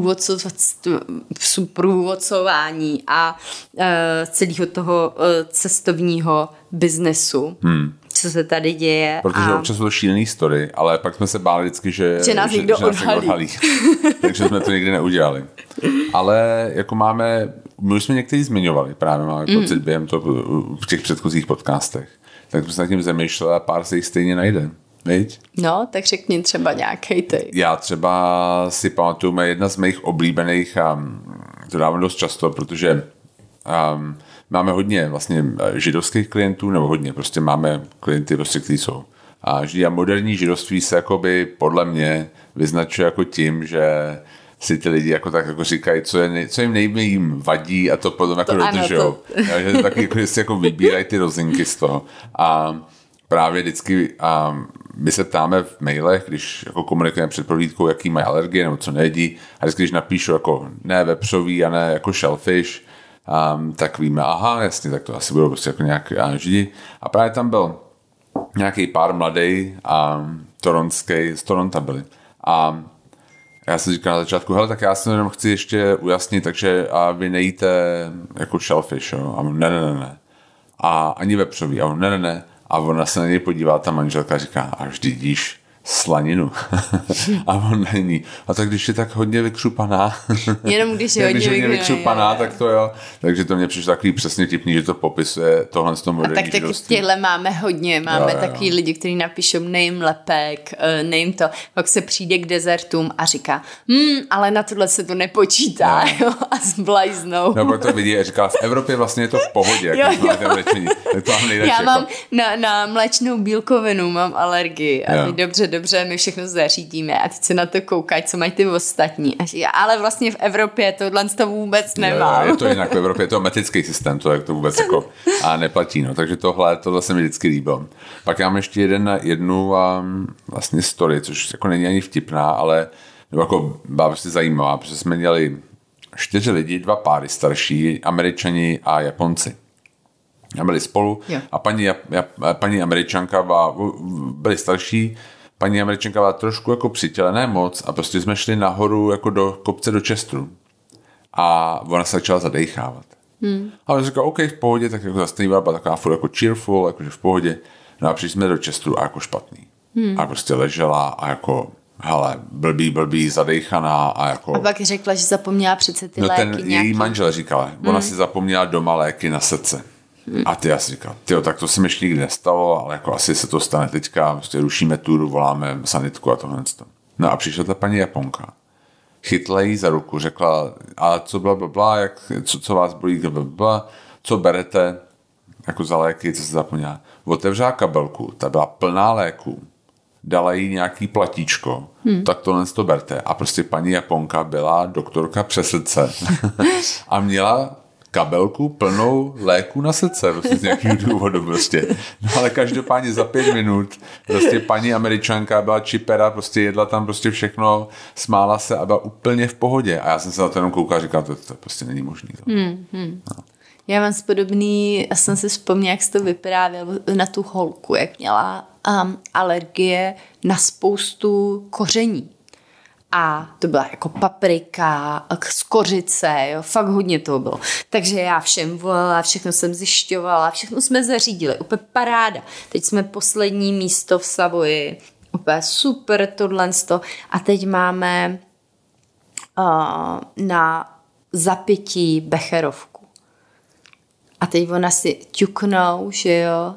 B: průvodcování a uh, celého toho uh, cestovního biznesu. Hmm. Co se tady děje.
A: Protože
B: a...
A: občas jsou to šílený story, ale pak jsme se báli vždycky, že,
B: že nás někdo odhalí.
A: odhalí. Takže jsme to nikdy neudělali. Ale jako máme, my už jsme někteří zmiňovali, právě máme mm. pocit během to v těch předchozích podcastech. Tak jsme se nad tím zamýšleli a pár se jich stejně najde. Viď?
B: No, tak řekni třeba nějakej ty.
A: Já třeba si pamatuju, jedna z mých oblíbených, a to dávám dost často, protože um, máme hodně vlastně židovských klientů, nebo hodně, prostě máme klienty, prostě, kteří jsou a židí. A moderní židovství se jakoby podle mě vyznačuje jako tím, že si ty lidi jako tak jako říkají, co, je nej, co jim nejméně vadí a to potom jako dodržujou. Že to taky jako, si jako vybírají ty rozinky z toho. A právě vždycky a my se ptáme v mailech, když jako komunikujeme před prohlídkou, jaký mají alergie nebo co nejedí. A vždycky, když napíšu jako ne vepřový a ne jako shellfish, um, tak víme, aha, jasně, tak to asi budou prostě jako nějak židi. A právě tam byl nějaký pár mladý a toronský, z Toronta byli. A já jsem říkal na začátku, hele, tak já si jenom chci ještě ujasnit, takže a vy nejíte jako shellfish, jo? A on, ne, ne, ne, ne. A ani vepřový, a on, ne, ne, ne. A ona se na něj podívá, ta manželka říká, a vždy jíš slaninu. A on není. A tak když je tak hodně vykřupaná,
B: jenom když je hodně, hodně
A: vykřupaná, tak to jo. Takže to mě přišlo takový přesně tipný, že to popisuje tohle z toho moderní
B: židovství. Tak taky těhle máme hodně. Máme jo, jo. taky lidi, kteří napíšou nejím lepek, nejím to. Pak se přijde k dezertům a říká, hm, ale na tohle se to nepočítá. Jo. Jo, a zblajznou.
A: No, to vidí a říká, v Evropě vlastně je to v pohodě. Jak jo, jo. Mléčení, to mám nejradši,
B: já mám na, na mléčnou bílkovinu mám alergii. A my dobře, dobře, my všechno zařídíme a teď se na to koukají, co mají ty ostatní. Ale vlastně v Evropě tohle to vůbec nemá.
A: Je to jinak, v Evropě je to metický systém, to, jak to vůbec jako a neplatí. No. Takže tohle, tohle se mi vždycky líbilo. Pak já mám ještě jeden, jednu um, vlastně story, což jako není ani vtipná, ale jako byla prostě zajímavá, protože jsme měli čtyři lidi, dva páry starší, Američani a Japonci. A byli spolu jo. a paní, paní Američanka byla, byli starší, paní Američanka byla trošku jako přitělené moc a prostě jsme šli nahoru jako do kopce do Chesteru. A ona se začala zadejchávat. Hmm. A on říkal, OK, v pohodě, tak jako zastavívala, byla taková furt jako cheerful, jakože v pohodě. No a přišli jsme do Chesteru a jako špatný. Hmm. A prostě ležela a jako, hele, blbý, blbý, zadejchaná a jako...
B: A pak řekla, že zapomněla přece ty
A: no
B: léky
A: ten
B: nějaký.
A: její manžel říkal, ona hmm. si zapomněla doma léky na srdce. Hmm. A ty já si říkal, tyjo, tak to se mi ještě nikdy nestalo, ale jako asi se to stane teďka, prostě rušíme túru, voláme sanitku a tohle. No a přišla ta paní Japonka. Chytla jí za ruku, řekla, a co bla, bla, bla, jak, co, co vás bolí, bla, bla, bla, co berete, jako za léky, co se zapomněla. Otevřela kabelku, ta byla plná léků, dala jí nějaký platíčko, hmm. tak tohle to berte. A prostě paní Japonka byla doktorka přes srdce a měla kabelku plnou léku na srdce, prostě z nějakého důvodu prostě. No ale každopádně za pět minut prostě paní Američanka byla čipera, prostě jedla tam prostě všechno, smála se a byla úplně v pohodě. A já jsem se na to jenom koukal a říkal, to, to prostě není možný.
B: Hmm, hmm. No. Já mám podobný, já jsem si vzpomněla, jak jsi to vyprávěl na tu holku, jak měla um, alergie na spoustu koření. A to byla jako paprika, skořice, jo, fakt hodně toho bylo. Takže já všem volala, všechno jsem zjišťovala, všechno jsme zařídili, úplně paráda. Teď jsme poslední místo v Savoji, úplně super tohle. A teď máme uh, na zapití becherovku. A teď ona si ťuknou, že jo,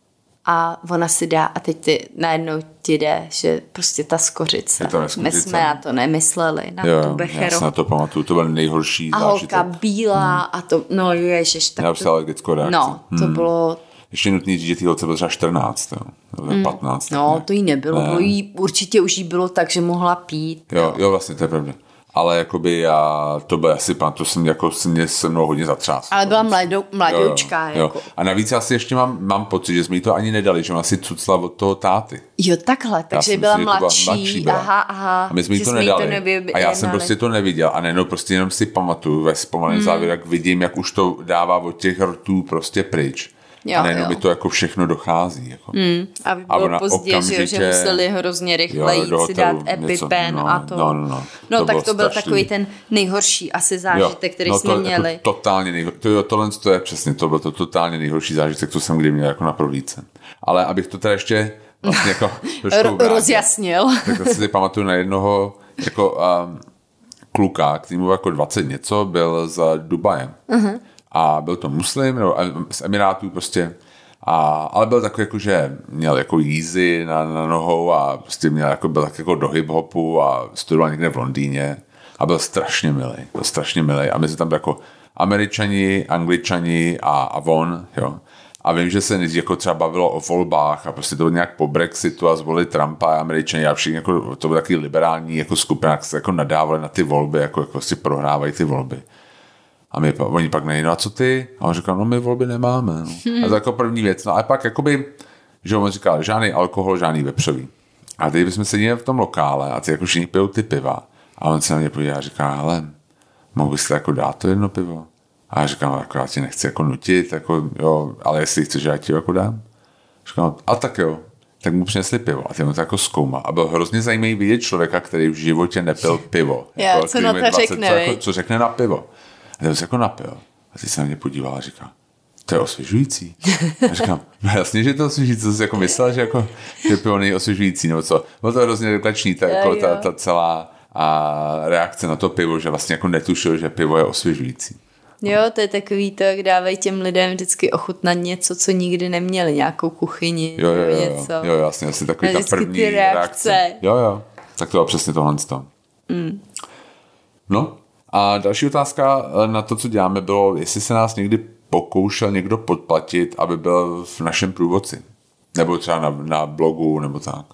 B: a ona si dá a teď ty najednou ti jde, že prostě ta skořice. My jsme na to nemysleli, na
A: jo,
B: tu becherovku.
A: Já se na to pamatuju, to byl nejhorší
B: a
A: zážitek.
B: A holka bílá hmm. a to, no ježiš. Tak
A: já to, alergickou reakci.
B: No, to hmm. bylo...
A: Ještě nutný říct, že ty holce bylo třeba čtrnáct, jo. Hmm. patnáct.
B: No,
A: ne?
B: to jí nebylo, ne. Bylo jí, určitě už jí bylo tak, že mohla pít.
A: Jo, jo, vlastně, to je pravda. Ale jakoby já, to byl asi pan, to jsem jako se mě se mnou hodně zatřásl.
B: Ale byla mladou, mladoučka.
A: Jo, jo,
B: jako.
A: Jo. A navíc já si ještě mám, mám pocit, že jsme jí to ani nedali, že ona si cucla od toho táty.
B: Jo, takhle, takže byla
A: si,
B: mladší.
A: Byla mladší byla.
B: Aha, aha.
A: A my jsme jí to nedali. To nevy, a já jsem prostě to neviděl. A nejenom prostě jenom si pamatuju ve zpomalém hmm. závěru, jak vidím, jak už to dává od těch rtů prostě pryč. Jo, a nejenom mi to jako všechno dochází. Jako.
B: Mm, a bylo pozdě, okamžitě, že museli hrozně rychle jít si dát EpiPen
A: no,
B: a to.
A: No, no, no.
B: no
A: to
B: tak to byl
A: strašný.
B: Takový ten nejhorší asi zážitek, jo, který
A: no
B: jsme
A: to,
B: měli.
A: Jako totálně nejhorší. To, tohle to je přesně, to byl to totálně nejhorší zážitek, co jsem kdy měl jako na prohlídce. Ale abych to teda ještě vlastně jako trošku
B: rozjasnil.
A: Tak si pamatuju na jednoho jako um, kluka, který mu jako dvacet něco, byl za Dubajem. Uh-huh. A byl to muslim, nebo z Emirátů prostě. A, ale byl takový, jako, že měl jako jízy na, na nohou a prostě měl jako, byl tak jako do hip-hopu a studoval někde v Londýně a byl strašně milý, byl strašně milý a my jsme tam byli jako Američani, Angličani a, a on, jo. A vím, že se jako třeba bavilo o volbách a prostě to bylo nějak po Brexitu a zvolili Trumpa a Američani a všichni jako, to byl takový liberální jako skupina, jak se jako nadávali na ty volby, jako, jako si prohrávají ty volby. A my, oni pak nejí, no a co ty? A on říkal, no my volby nemáme. No. Hmm. A to jako první věc. No a pak jakoby, že on říkal, žádný alkohol, žádný vepřový. A teď bychom seděli v tom lokále a ty jako všichni pijou ty piva. A on se na mě podívá a říká, hele, mohl bys si jako dát to jedno pivo? A já říkám, jako já ti nechci jako nutit, jako, jo, ale jestli chceš, že já ti jako dám. Říkám, a tak jo. Tak mu přinesli pivo a ty mu to jako zkoumá. A byl hrozně zajímavý vidět člověka, který v životě nepil pivo.
B: Já,
A: jako,
B: co na to dvacet, řekne,
A: co, jako, co řekne na pivo. A ten se jako napil. A teď se na mě podíval a říká, to je osvěžující. A říkám, no jasně, že je to osvěžující. Co jsi jako myslel, že, jako, že pivo není osvěžující, nebo co? Bylo to hrozně reklační, ta, jako, ta, ta celá a reakce na to pivo, že vlastně jako netušil, že pivo je osvěžující.
B: Jo, to je takový to, jak dávají těm lidem vždycky ochutnat něco, co nikdy neměli, nějakou kuchyni,
A: jo, jo, jo,
B: něco.
A: Jo, jasně, asi takový ta první
B: ty reakce.
A: reakce. Jo, jo, tak to bylo přesně tohle. Mm. No, a další otázka na to, co děláme, bylo, jestli se nás někdy pokoušel někdo podplatit, aby byl v našem průvodci. Nebo třeba na, na blogu, nebo tak.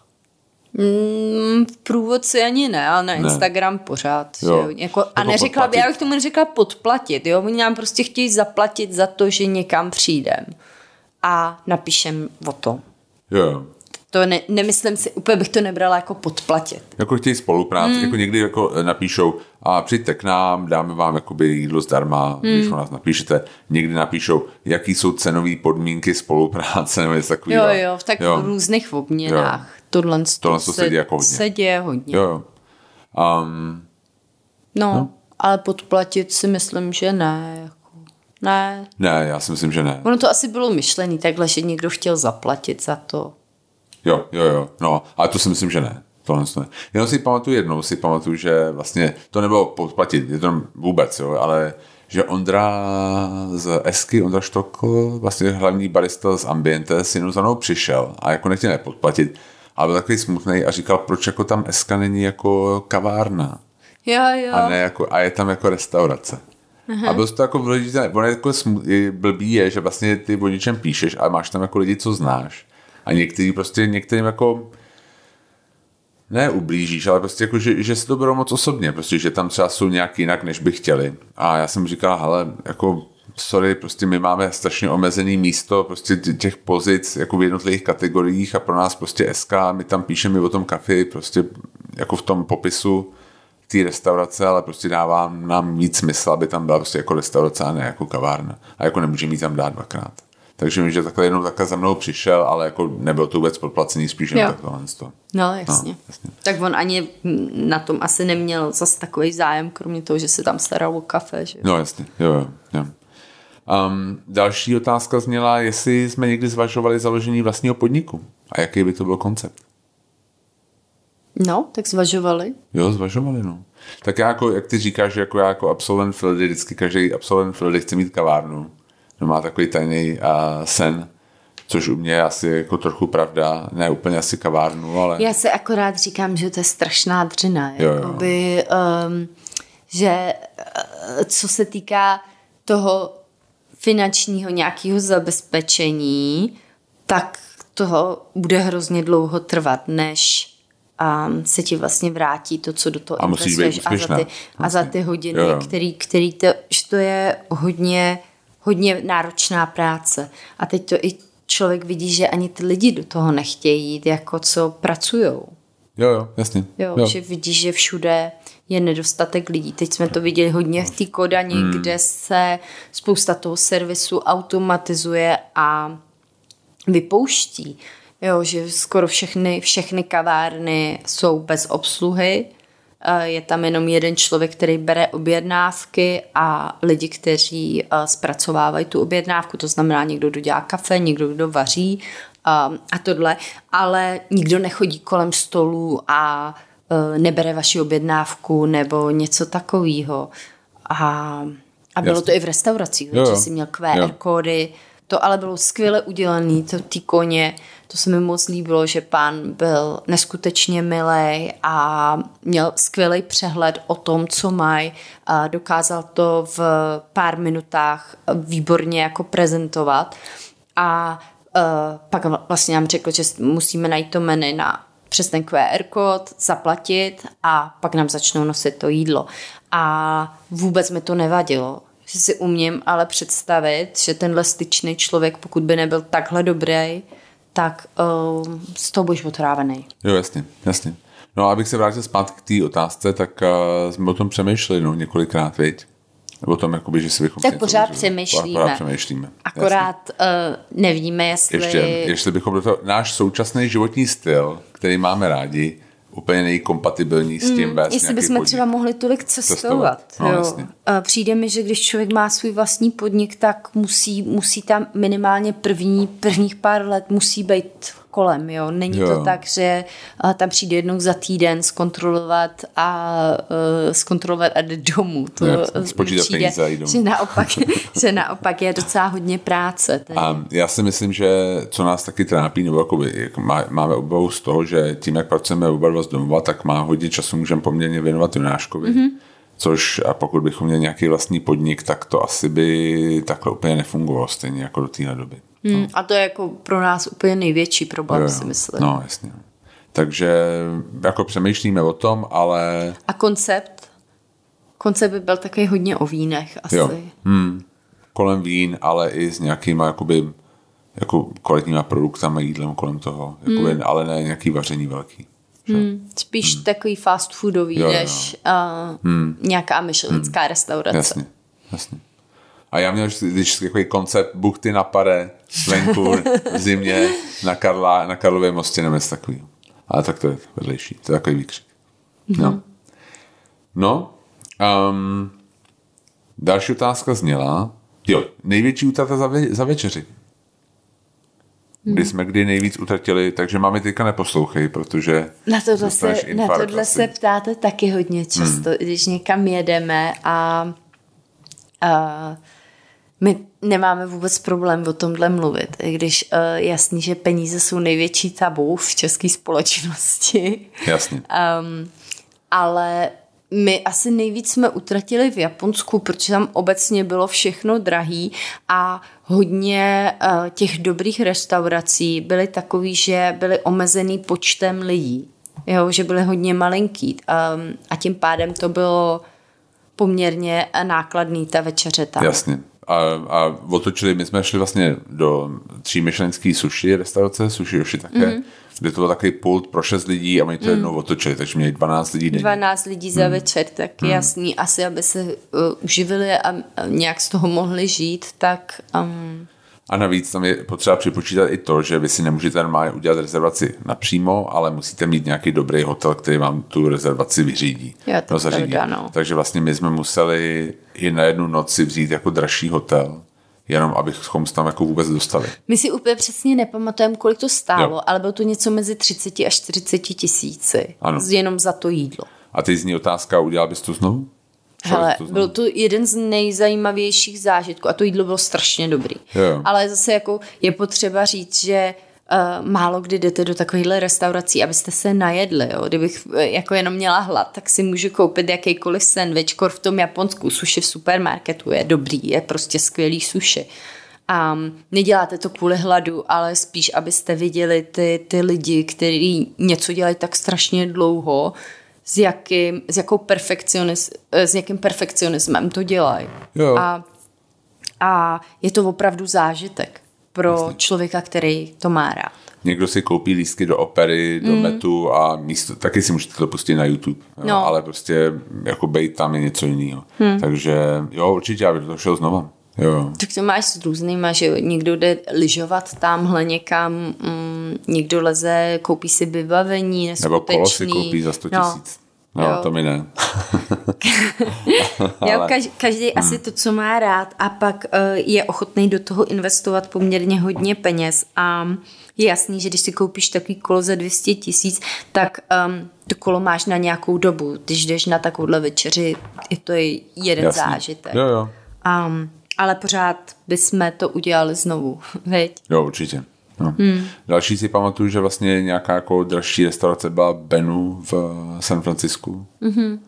B: Mm, v průvodci ani ne, ale na Instagram ne. Pořád. Jo. Jako, a neřekla bych, já bych tomu neřekla podplatit. Jo? Oni nám prostě chtějí zaplatit za to, že někam přijdem. A napíšem o tom.
A: Jo.
B: To ne, nemyslím si, úplně bych to nebrala jako podplatit.
A: Jako chtějí spolupráci, mm. jako někdy jako napíšou a přijďte k nám, dáme vám jakoby jídlo zdarma, mm. když u nás napíšete. Někdy napíšou, jaký jsou cenové podmínky spolupráce nebo něco takového.
B: Jo, jo, tak jo. V různých obměnách. tohle,
A: tohle se, se děje jako hodně.
B: Se děje hodně.
A: Jo, jo. Um,
B: no, no, ale podplatit si myslím, že ne. Jako, ne.
A: Ne, já si myslím, že ne.
B: Ono to asi bylo myšlený takhle, že někdo chtěl zaplatit za to.
A: Jo, jo, jo. No, ale to si myslím, že ne. Tohle ne. Jenom si pamatuju jednou, si pamatuju, že vlastně to nebylo podplatit, je to vůbec, jo, ale že Ondra z Esky, Ondra Štokl, vlastně hlavní barista z Ambiente, si jenom za mnou přišel a jako nechtěl nepodplatit, ale byl takový smutný a říkal, proč jako tam Eska není jako kavárna.
B: Jo, jo.
A: A, ne jako, a je tam jako restaurace. Aha. A bylo to jako vložité, ono je jako smut, blbý je, že vlastně ty o něčem píšeš, ale máš tam jako lidi, co znáš. A některý prostě, některým jako ne ublížíš, ale prostě jako, že, že si to berou moc osobně, prostě, že tam třeba jsou nějak jinak, než by chtěli. A já jsem říkal, hele, jako sorry, prostě my máme strašně omezený místo prostě těch pozic jako v jednotlivých kategoriích a pro nás prostě S K, my tam píšeme o tom kafi, prostě jako v tom popisu té restaurace, ale prostě dává nám víc smysl, aby tam byla prostě jako restaurace a ne jako kavárna. A jako nemůžeme jí tam dát dvakrát. Takže mi, že takhle jednou takhle za mnou přišel, ale jako nebylo to vůbec podplacený, spíš jen takhle.
B: No, jasně. no, jasně. Tak on ani na tom asi neměl zas takový zájem, kromě toho, že se tam staral o kafe. Že?
A: No, jasně. Jo, jo, jo. Um, další otázka zněla, jestli jsme někdy zvažovali založení vlastního podniku a jaký by to byl koncept.
B: No, tak zvažovali.
A: Jo, zvažovali, no. Tak já jako, jak ty říkáš, že jako já jako absolvent Fildy, vždycky každý absolvent Fildy chce mít kavárnu. No, má takový tajný uh, sen, což u mě je asi jako trochu pravda, ne úplně asi kavárnu, ale...
B: Já se akorát říkám, že to je strašná dřina, jo, jakoby, jo. Um, že uh, co se týká toho finančního nějakého zabezpečení, tak toho bude hrozně dlouho trvat, než um, se ti vlastně vrátí to, co do toho investuješ a, za ty, a za ty hodiny, jo, jo. který, který to, že to je hodně hodně náročná práce. A teď to i člověk vidí, že ani ty lidi do toho nechtějí jít, jako co pracujou.
A: Jo, jo, jasně.
B: Jo,
A: jo.
B: že vidíš, že všude je nedostatek lidí. Teď jsme to viděli hodně v té Kodani, hmm. kde se spousta toho servisu automatizuje a vypouští. Jo, že skoro všechny, všechny kavárny jsou bez obsluhy. Je tam jenom jeden člověk, který bere objednávky a lidi, kteří zpracovávají tu objednávku, to znamená někdo, kdo dělá kafe, někdo, kdo vaří a tohle, ale nikdo nechodí kolem stolu a nebere vaši objednávku nebo něco takového. A, a bylo Jasně. to i v restauracích, jo, že jsi měl Q R jo. kódy, to ale bylo skvěle udělané, to ty koně, to se mi moc líbilo, že pán byl neskutečně milej a měl skvělý přehled o tom, co mají. Dokázal to v pár minutách výborně jako prezentovat. A pak vlastně nám řekl, že musíme najít to menu na přes ten Q R kód, zaplatit a pak nám začnou nosit to jídlo. A vůbec mi to nevadilo. Že si umím ale představit, že tenhle styčný člověk, pokud by nebyl takhle dobrý, tak uh, z toho budeš otrávený.
A: Jo, jasně, jasně. No a abych se vrátil zpátky k té otázce, tak uh, jsme o tom přemýšleli no, několikrát, viď? O tom, jakoby, že si bychom...
B: Tak pořád něco, přemýšlíme.
A: Pořád přemýšlíme.
B: Akorát uh, nevíme, jestli...
A: Ještě, ještě bychom do toho... Náš současný životní styl, který máme rádi, úplně nejkompatibilní s tím
B: mm,
A: bez
B: jestli bychom třeba mohli tolik cestovat. cestovat. No, přijde mi, že když člověk má svůj vlastní podnik, tak musí, musí tam minimálně první, prvních pár let musí být kolem. Jo? Není jo. to tak, že tam přijde jednou za týden zkontrolovat a uh, zkontrolovat a jde domů. To
A: spočítat peníze a jít domů.
B: Že naopak, že naopak je docela hodně práce.
A: A já si myslím, že co nás taky trápí, nebo jakoby, má, máme obavu z toho, že tím, jak pracujeme oba dva z domova, tak má hodně času můžeme poměrně věnovat Jonáškovi. Mm-hmm. Což a pokud bychom měli nějaký vlastní podnik, tak to asi by takhle úplně nefungovalo stejně jako do téhle doby.
B: Hmm, no. A to je jako pro nás úplně největší problém, jo, si myslím.
A: No, jasně. Takže jako přemýšlíme o tom, ale...
B: A koncept? Koncept by byl takový hodně o vínech asi.
A: Jo. Hmm. Kolem vín, ale i s nějakýma jakoby, jako kvalitníma produktama, jídlem kolem toho. Jakoby, hmm. Ale ne nějaký vaření velký.
B: Hmm. Spíš hmm. takový fast foodový, jo, než jo. Uh, hmm. nějaká myšelinská hmm. restaurace.
A: Jasně, jasně. A já měl když takový koncept buchty na pare, venku v zimě na, Karla, na Karlově mostě nebo něco takového. Ale tak to je vedlejší, to je takový výkřik. Mm-hmm. No. No, um, další otázka zněla, jo, největší útrata za, ve, za večeři. Kdy jsme kdy nejvíc utratili, takže máme teďka neposlouchej, protože
B: na tohle, se, na tohle se ptáte taky hodně často, hmm. když někam jedeme a, a my nemáme vůbec problém o tomhle mluvit, i když uh, jasný, že peníze jsou největší tabu v české společnosti.
A: Jasně.
B: Um, ale my asi nejvíc jsme utratili v Japonsku, protože tam obecně bylo všechno drahý a hodně uh, těch dobrých restaurací byly takový, že byly omezený počtem lidí. Jo, že byly hodně malinký um, a tím pádem to bylo poměrně nákladný ta večeře tam.
A: Jasně. A, a otočili, my jsme šli vlastně do třímyšlenský sushi restaurace, Sushi Yoshi také, mm. kde to byl takový pult pro šest lidí a my to mm. jednou otočili, takže měli dvanáct lidí denně.
B: dvanáct lidí za mm. večer, tak mm. jasný. Asi, aby se uh, uživili a uh, nějak z toho mohli žít, tak... Um...
A: A navíc tam je potřeba připočítat i to, že vy si nemůžete normálně udělat rezervaci napřímo, ale musíte mít nějaký dobrý hotel, který vám tu rezervaci vyřídí.
B: Jo, to no, zařídí. Pravda, no.
A: Takže vlastně my jsme museli i na jednu noc si vzít jako dražší hotel, jenom abychom se tam jako vůbec dostali.
B: My si úplně přesně nepamatujeme, kolik to stálo, jo. ale bylo to něco mezi třicet až čtyřicet tisíci. Ano. Jenom za to jídlo.
A: A teď zní otázka, udělal bys to znovu?
B: Hele, to byl to jeden z nejzajímavějších zážitků a to jídlo bylo strašně dobrý. Jo. Ale zase jako je potřeba říct, že uh, málo kdy jdete do takovýchhle restaurací, abyste se najedli. Jo? Kdybych uh, jako jenom měla hlad, tak si můžu koupit jakýkoliv sandwich, kor v tom Japonsku. Sushi v supermarketu je dobrý, je prostě skvělý sushi. A um, neděláte to kvůli hladu, ale spíš, abyste viděli ty, ty lidi, kteří něco dělají tak strašně dlouho, s jakým, s jakou perfekcionis, s jakým perfekcionismem to dělají. A, a je to opravdu zážitek pro Jasně. člověka, který to má rád.
A: Někdo si koupí lístky do opery, do mm. metu a místo, taky si můžete to pustit na YouTube, no. jo, ale prostě jako bejt tam je něco jiného. Hmm. Takže jo, určitě, aby to šel znova. Jo.
B: Tak to máš s různýma, že někdo jde lyžovat tamhle někam, mm, někdo leze, koupí si vybavení neskutečný.
A: Nebo kolo si koupí za sto tisíc. No, no to mi ne.
B: jo, každý, každý hmm. asi to, co má rád a pak uh, je ochotný do toho investovat poměrně hodně peněz a je jasný, že když si koupíš takový kolo za dvě stě tisíc, tak um, to kolo máš na nějakou dobu. Když jdeš na takovouhle večeři, je to jeden Jasný. zážitek.
A: Jo, jo.
B: Um, ale pořád bychom to udělali znovu, veď?
A: Jo, určitě. No. Hmm. Další si pamatuju, že vlastně nějaká jako dražší restaurace byla Benu v San Francisku. Mm-hmm.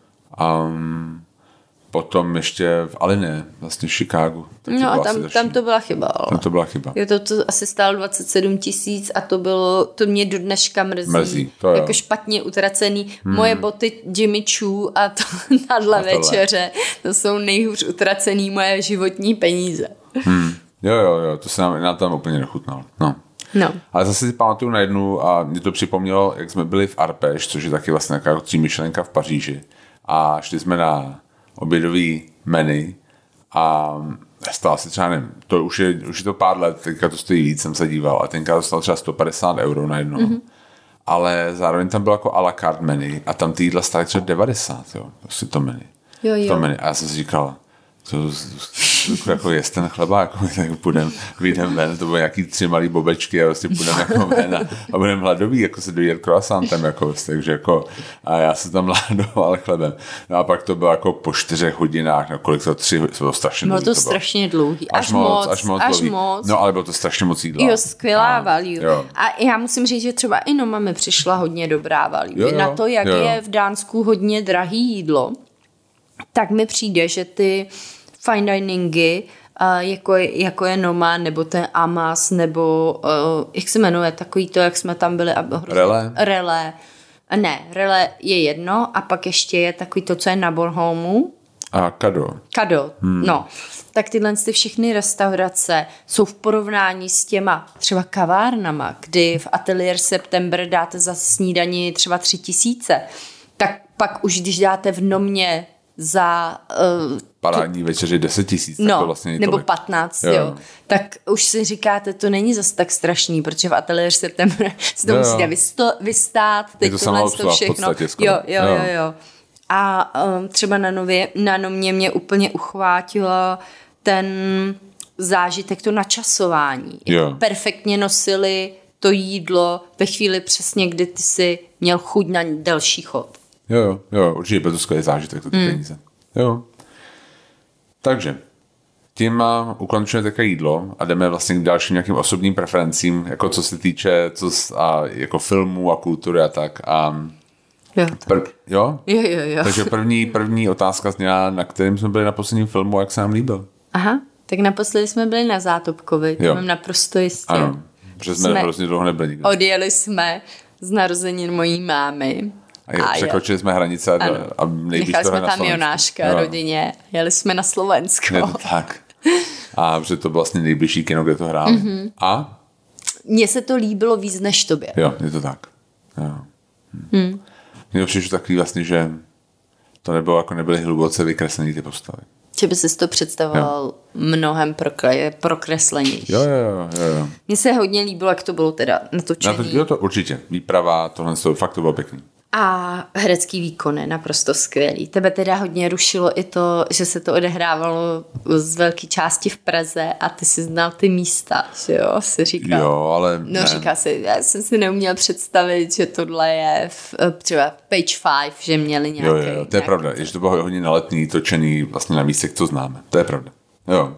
A: Um, potom ještě v Alinee, vlastně v Chicagu.
B: No a tam, tam to byla chyba. Ale.
A: Tam to byla chyba.
B: Jo, to, to asi stálo dvacet sedm tisíc a to bylo, to mě do dneška mrzí.
A: Mrzí, to
B: jako špatně utracený. Hmm. Moje boty Jimmy Choo a to nadle večeře, to jsou nejhůř utracený moje životní peníze.
A: Hmm. Jo, jo, jo, to se nám, nám tam úplně nechutnalo. No.
B: No.
A: Ale zase si pamatuju na jednu a mě to připomnělo, jak jsme byli v Arpège, což je taky vlastně nějaká třímyšlenka v Paříži. A šli jsme na obědový menu a stál se třeba, nevím, to už je, už je to pár let, teďka to stojí víc, jsem se díval, a tenkrát to stalo třeba sto padesát euro na jedno. Mm-hmm. Ale zároveň tam bylo jako a la carte menu a tam ty jídla stály třeba devadesát, jo, prostě to menu.
B: Jo, jo.
A: To menu. A já jsem si říkal, to, to, jako jest ten chleba, jako my tak půjdeme, vyjdeme ven, to bylo nějaký tři malý bobečky a vlastně půjdeme jako ven a, a budeme hladoví, jako se dojídat croissantem, jako vlastně, takže jako a já se tam hladoval chlebem. No a pak to bylo jako po čtyřech hodinách, no kolik to, tři, to bylo strašně
B: dlouhý.
A: Bylo
B: to, to strašně dlouhý, až,
A: až moc, až moc,
B: až moc.
A: No ale bylo to strašně moc jídla.
B: Jo, skvělá a, value. Jo. A já musím říct, že třeba i Noma mi přišla hodně dobrá value. Jo, jo, na to, jak jo, jo. je v Dánsku hodně drahý jídlo, tak mi přijde, že ty fine diningy, uh, jako, jako je Noma, nebo ten Amas, nebo uh, jak se jmenuje, takový to, jak jsme tam byli.
A: Relé?
B: Relé. Ne, Relé je jedno a pak ještě je takový to, co je na Bornholmu.
A: A Kado.
B: Kado, hmm. no. Tak tyhle ty všechny restaurace jsou v porovnání s těma třeba kavárnama, kdy v Atelier September dáte za snídani třeba tři tisíce, tak pak už když dáte v Nomě za... Uh,
A: Parádní večeři deset tisíc.
B: No,
A: to vlastně
B: nebo
A: tolik.
B: patnáct,
A: jo.
B: jo. Tak už si říkáte, to není zase tak strašný, protože v Ateliér September si to
A: jo,
B: musíte
A: jo.
B: vysto, vystát, teď
A: to
B: tohle to všechno.
A: Jo,
B: jo, jo, jo, jo. A um, třeba na nově, na Nomě mě úplně uchvátilo ten zážitek, to načasování. Jako perfektně nosili to jídlo ve chvíli přesně, kdy ty jsi měl chuť na delší chod.
A: Jo, jo, jo, určitě byl to skvělý zážitek, to ty mm. peníze. Jo. Takže, tím ukončujeme také jídlo a jdeme vlastně k dalším nějakým osobním preferencím, jako co se týče co s, a, jako filmů a kultury a tak. A,
B: jo,
A: prv, jo?
B: jo, jo, jo.
A: Takže první, první otázka zněla, na kterým jsme byli na posledním filmu, jak se nám líbil.
B: Aha, tak naposledy jsme byli na Zátopkovi, to mám naprosto jistě.
A: Ano, protože jsme, jsme hrozně dlouho nebyli nikdy.
B: Odjeli jsme z narozenin mojí mámy.
A: A, a překročili jsme hranice a, a nejvíc
B: nechali jsme
A: na
B: tam Jonáška jo. rodině, jeli jsme na Slovensko.
A: Je to tak. A protože to bylo vlastně nejbližší kino, kde to hráli. Mm-hmm. A?
B: Mně se to líbilo víc než tobě.
A: Jo, je to tak. Jo. Hmm. Mně to přišlo takový vlastně, že to nebylo, jako nebyly hluboce vykreslený ty postavy.
B: Že by si to představoval jo. mnohem prokle, prokreslenější.
A: Jo, jo, jo, jo.
B: Mně se hodně líbilo, jak to bylo teda natočený.
A: Na to, jo, to určitě. Výprava, tohle to fakt to bylo pěkný.
B: A herecký výkon je naprosto skvělý. Tebe teda hodně rušilo i to, že se to odehrávalo z velké části v Praze a ty si znal ty místa, že jo, si říkal.
A: Jo, ale
B: No ne. Říká si, já jsem si neuměl představit, že tohle je v, třeba Page five, že měli nějaký...
A: Jo, jo, jo, to je pravda, že to bylo hodně naletný, točený vlastně na místech, co známe. To je pravda. Jo.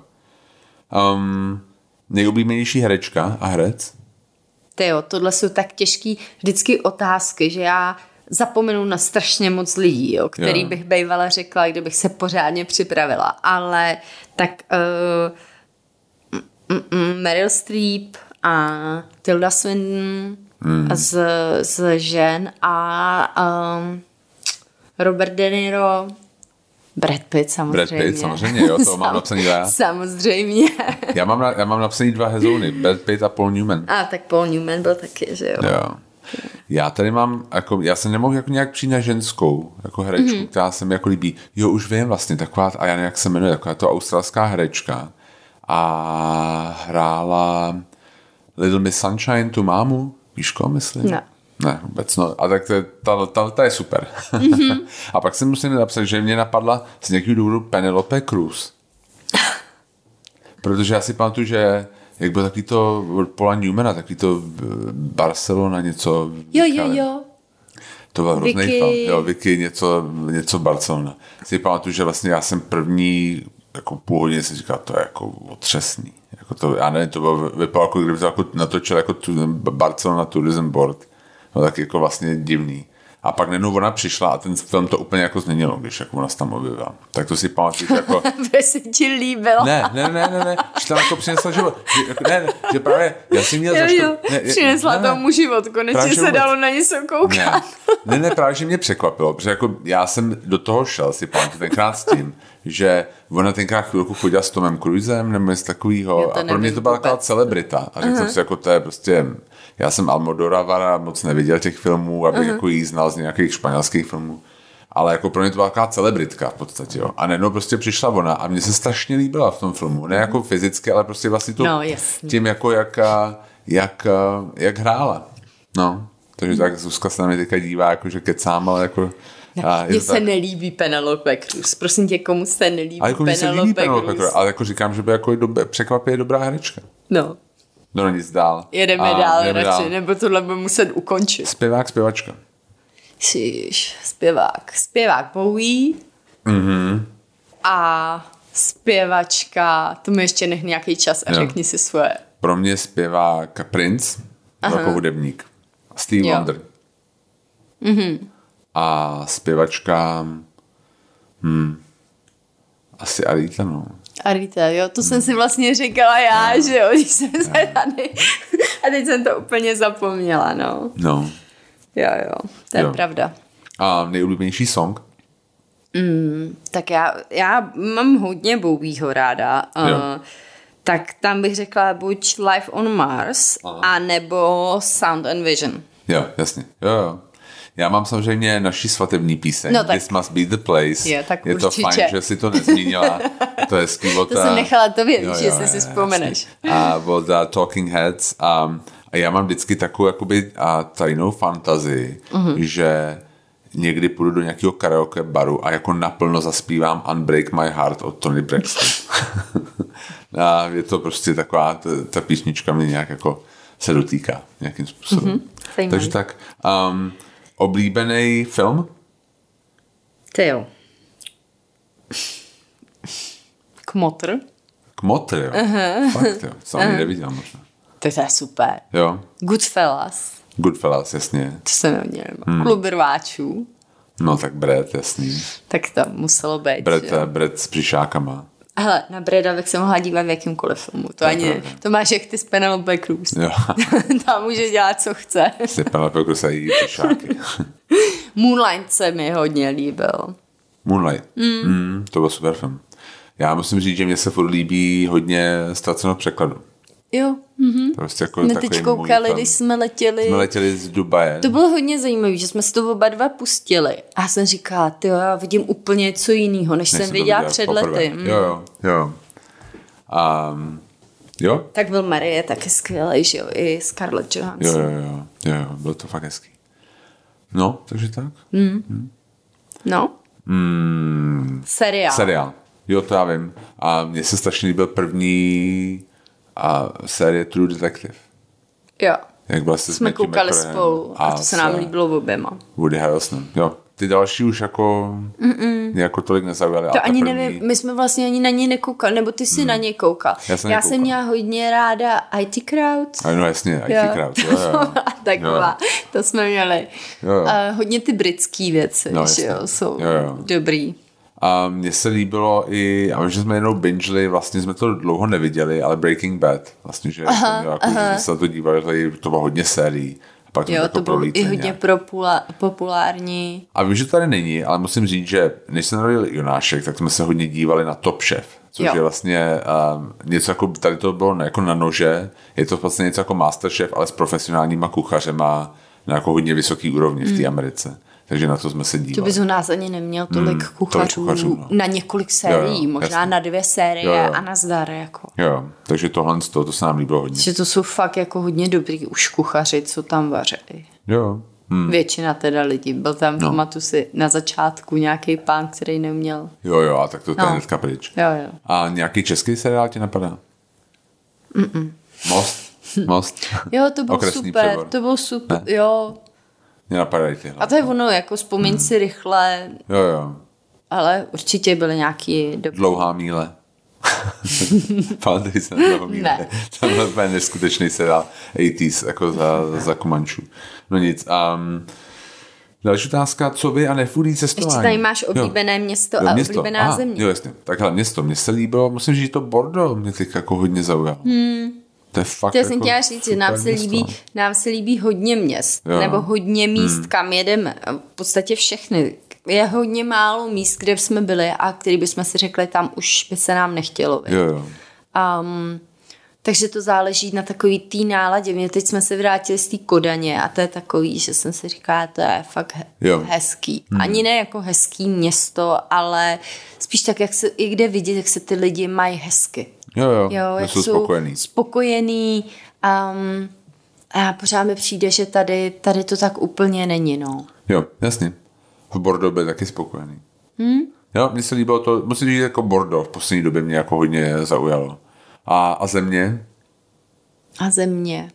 A: Um, nejoblíbenější herečka a herec?
B: Tyjo, tohle jsou tak těžký vždycky otázky, že já zapomenu na strašně moc lidí, jo, který jo. bych bývala řekla, kdybych se pořádně připravila. Ale tak uh, mm, mm, Meryl Streep a Tilda Swinton mm. z, z žen a um, Robert De Niro, Brad Pitt samozřejmě.
A: Brad Pitt samozřejmě, jo, to mám napsaný dva.
B: Samozřejmě.
A: já, mám na, já mám napsaný dva hezouny, Brad Pitt a Paul Newman.
B: A tak Paul Newman byl taky, že jo.
A: Jo. Já tady mám, jako, já se nemohu jako nějak přijít na ženskou, jako herečku, mm-hmm. která se mi jako líbí. Jo, už vím vlastně, taková, a já nevím, jak se jmenuje, taková to australská herečka a hrála Little Miss Sunshine, tu mámu, víš ko, myslím?
B: Ne.
A: Ne, vůbec no. A tak to, ta, ta, ta je super. Mm-hmm. A pak jsem musím napsat, že mě napadla z nějakého důvodu Penelope Cruz. Protože já si pamatuju, že jak byl takový to Paula Newmana, takový to Barcelona něco.
B: Jo, jo, jo.
A: To byl hrozný film. Jo, Vicky, něco, něco Barcelona. Si pamatuju, že vlastně já jsem první jako půl hodiny si říkal, to je jako otřesný. Jako to, já nevím, to bylo, vypadalo, jako kdyby to jako natočil jako tu, Barcelona Tourism Board. No tak jako vlastně divný. A pak najednou ona přišla a ten film to úplně jako změnilo, když jako ona se tam objevila. Tak to si pamatuju, že jako...
B: By se ti líbilo.
A: Ne, ne, ne, ne, ne, že tam jako přinesla život. Že, jako, ne, ne, že právě, já jsem měl
B: jo,
A: zašto...
B: Jo,
A: ne,
B: přinesla
A: ne,
B: tomu život, konečně se dalo na něco koukat.
A: Ne, ne, ne, právě, že mě překvapilo, protože jako já jsem do toho šel, si pamatuju tenkrát s tím, že ona tenkrát chvilku chodila s Tomem Cruisem nebo něco takového a pro mě to byla taková celebrita a řekl uh-huh. jsem si, jako to je prostě... Já jsem Almodóvara moc neviděl těch filmů, abych uh-huh. jako jí znal z nějakých španělských filmů. Ale jako pro mě to byla taková celebritka v podstatě. Jo. A najednou prostě přišla ona a mně se strašně líbila v tom filmu. Ne jako fyzicky, ale prostě vlastně to,
B: no,
A: tím, jako jak, jak, jak hrála. No, takže tak Zuzka se na mě teďka dívá, jako, že kecám, ale jako...
B: Mně se tak... nelíbí Penelope Cruz. Prosím tě, komu se nelíbí
A: ale jako
B: Penelope,
A: se líbí Penelope
B: Cruz?
A: Cruz? Ale jako říkám, že by jako dobe, překvapivě dobrá herečka.
B: No.
A: No, nic dál.
B: Jedeme
A: a,
B: dál
A: jedeme
B: radši,
A: dál.
B: nebo tohle by muset ukončit.
A: Zpěvák, zpěvačka.
B: Ježiš, zpěvák. Zpěvák Bowie
A: Mhm.
B: a zpěvačka, to mi ještě nech nějaký čas a jo. Řekni si svoje.
A: Pro mě zpěvák Prince, jako hudebník. Steve
B: jo.
A: Wonder.
B: Mhm.
A: A zpěvačka hm, asi Arita, no.
B: Arita, jo, to hmm. jsem si vlastně říkala já, no. že jo, když jsem se tady a teď jsem to úplně zapomněla, no.
A: No.
B: Jo, jo, to je
A: jo.
B: pravda.
A: A nejoblíbenější song?
B: Mm, tak já, já mám hodně Bowieho ráda. Uh, tak tam bych řekla buď Life on Mars, a nebo Sound and Vision.
A: Jo, jasně. Jo, jo. Já mám samozřejmě naši svatební píseň.
B: No tak.
A: This must be the place.
B: Je, tak
A: je to
B: určitě.
A: fajn, že si to nezmínila. To je hezký.
B: To jsem nechala tobě, víš, jestli si
A: je,
B: vzpomeneš.
A: A od uh, Talking Heads. Um, a já mám vždycky takovou jakoby uh, tajnou fantazii, mm-hmm. že někdy půjdu do nějakého karaoke baru a jako naplno zaspívám Unbreak My Heart od Tony Braxton. A je to prostě taková, ta, ta písnička mě nějak jako se dotýká nějakým způsobem. Mm-hmm. Takže tak, um, oblíbený film?
B: Ty jo. Kmotr.
A: Kmotr, jo. Uh-huh. Fakt, jo. Jsem ani neviděl možná.
B: To je super.
A: Jo.
B: Goodfellas.
A: Goodfellas, jasně.
B: To jsem neměl. Hmm. Klub rváčů.
A: No tak Brad, jasný.
B: Tak tam muselo být.
A: Brad, Brad s břišákama.
B: Hele, na Brada bych se mohla dívat v jakýmkoliv filmu. To, to ani, to máš jak ty s Penelope Cruz.
A: Jo.
B: Tam může dělat, co chce.
A: Si Penelope Cruz a její břišáky.
B: Moonlight se mi hodně líbil.
A: Moonlight. Mm. Mm, to byl super film. Já musím říct, že mě se furt líbí hodně Ztraceno v překladu.
B: Jo. Mm-hmm.
A: To prostě jako
B: jsme teď koukali, když jsme letěli.
A: Jsme letěli z Dubaje.
B: To bylo hodně zajímavé, že jsme si to oba dva pustili. A já jsem říkala, tyjo, já vidím úplně něco jiného, než, než jsem viděla před poprvé. lety.
A: Jo, jo, jo. Um, jo?
B: Tak byl Marie taky skvělý, že jo, i Scarlett Johansson.
A: Jo, jo, jo, jo, jo, bylo to fakt hezký. No, takže tak.
B: Mm.
A: Mm.
B: No?
A: Mm.
B: Seriál.
A: Seriál. Jo, to já vím. A mně se strašně líbil první a série True Detective.
B: Jo.
A: Jak vlastně
B: jsme koukali McCrae spolu a, a to se nám líbilo oběma.
A: Woody Harrelson. Jo. Ty další už jako jako tolik nezaujaly.
B: To ani první... nevím, my jsme vlastně ani na něj nekoukali, nebo ty jsi hmm. na něj koukal. Já jsem, Já jsem měla hodně ráda í té Crowd.
A: No jasně, í té Crowd. Jo, jo.
B: Taková,
A: jo.
B: To jsme měli.
A: Jo, jo.
B: Uh, hodně ty britský věci,
A: no,
B: že jo, jsou
A: jo, jo.
B: dobrý.
A: A mně se líbilo i, a že jsme jenom bingeli, vlastně jsme to dlouho neviděli, ale Breaking Bad, vlastně, že, aha, to jako, že jsme se na to dívali, to bylo hodně sérií. A pak
B: jo,
A: to,
B: to bylo i hodně propula, populární.
A: A vím, že to tady není, ale musím říct, že než se narodil Jonášek, tak jsme se hodně dívali na Top Chef, což jo. je vlastně um, něco jako, tady to bylo jako na nože, je to vlastně něco jako Masterchef, ale s profesionálníma kuchařema na jako hodně vysoký úrovni v té Americe. Takže na to jsme se dívali.
B: To bys u nás ani neměl tolik mm, kuchařů, tolik kuchařů no. na několik sérií, jo, jo, možná jasný. na dvě série jo, jo. a na zdar. Jako.
A: Jo, takže tohle z toho, to se nám líbilo hodně.
B: Že to jsou fakt jako hodně dobrý už kuchaři, co tam vaří.
A: Jo. Hmm.
B: Většina teda lidí. Byl tam, no. pamatuju si, na začátku nějaký pán, který neuměl.
A: Jo, jo, a tak to no. je hnedka pryč.
B: Jo, jo.
A: A nějaký český seriál ti napadá?
B: Mm-mm.
A: Most? Most?
B: Jo, to byl super, přebor. to byl super, ne? jo.
A: Mě napadají ty
B: A to je ono, jako vzpomeň hmm. si rychle.
A: Jo, jo.
B: Ale určitě byly nějaký dobrý.
A: Dlouhá míle. Pamatuji se na dlouhou míle.
B: Ne.
A: To byl úplně neskutečný seriál osmdesátých jako za, za Kumančů. No nic. Um, další otázka, co vy a nefoodí cestování?
B: Ještě tady máš oblíbené jo. město
A: jo,
B: a
A: město.
B: oblíbená
A: Aha,
B: země.
A: Jo, jasně. Takhle město. Mně se líbilo, musím říct, že to Bordeaux mě teď jako hodně zaujalo.
B: Hmm.
A: To je fakt
B: to
A: jako
B: jsem chtěla říct, že nám se, líbí, nám se líbí hodně měst, jo. nebo hodně míst, hmm. kam jedeme. V podstatě všechny. Je hodně málo míst, kde jsme byli a který bychom si řekli, tam už by se nám nechtělo.
A: Jo, jo.
B: Um, takže to záleží na takový tý náladě. Mě teď jsme se vrátili z té Kodaně a to je takový, že jsem si říkala, to je fakt he- hezký. Hmm. Ani ne jako hezký město, ale spíš tak, jak se i kde vidět, jak se ty lidi mají hezky.
A: Jo, jo,
B: jo jak
A: jsou spokojený.
B: spokojený um, a pořád mi přijde, že tady, tady to tak úplně není, no.
A: Jo, jasně. V Bordeaux byl taky spokojený.
B: Hmm?
A: Jo, mně se líbilo to, musím říct, jako Bordeaux v poslední době mě jako hodně zaujalo. A, a země?
B: A země.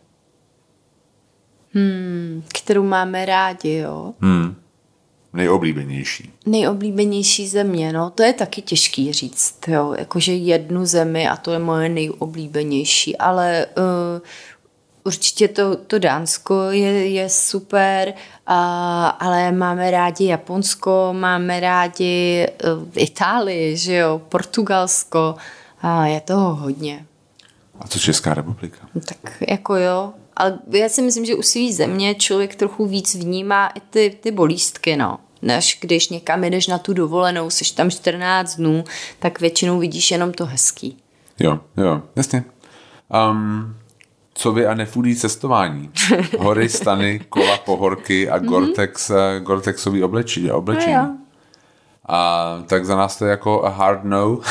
B: Hmm, kterou máme rádi, jo.
A: Hmm. Nejoblíbenější.
B: Nejoblíbenější země, no, to je taky těžký říct, jo, jakože jednu zemi a to je moje nejoblíbenější, ale uh, určitě to, to Dánsko je, je super, a, ale máme rádi Japonsko, máme rádi uh, Itálii, že jo, Portugalsko, a je toho hodně.
A: A co Česká republika?
B: Tak jako jo, ale já si myslím, že u svý země člověk trochu víc vnímá i ty, ty bolístky, no. Než když někam jdeš na tu dovolenou, seš tam čtrnáct dnů, tak většinou vidíš jenom to hezký.
A: Jo, jo, jasně. Um, co vy a nefoodí cestování. Hory, stany, kola, pohorky a Gore-Tex, mm-hmm. Gore-Texový oblečení. oblečení.
B: No,
A: a tak za nás to je jako a hard no.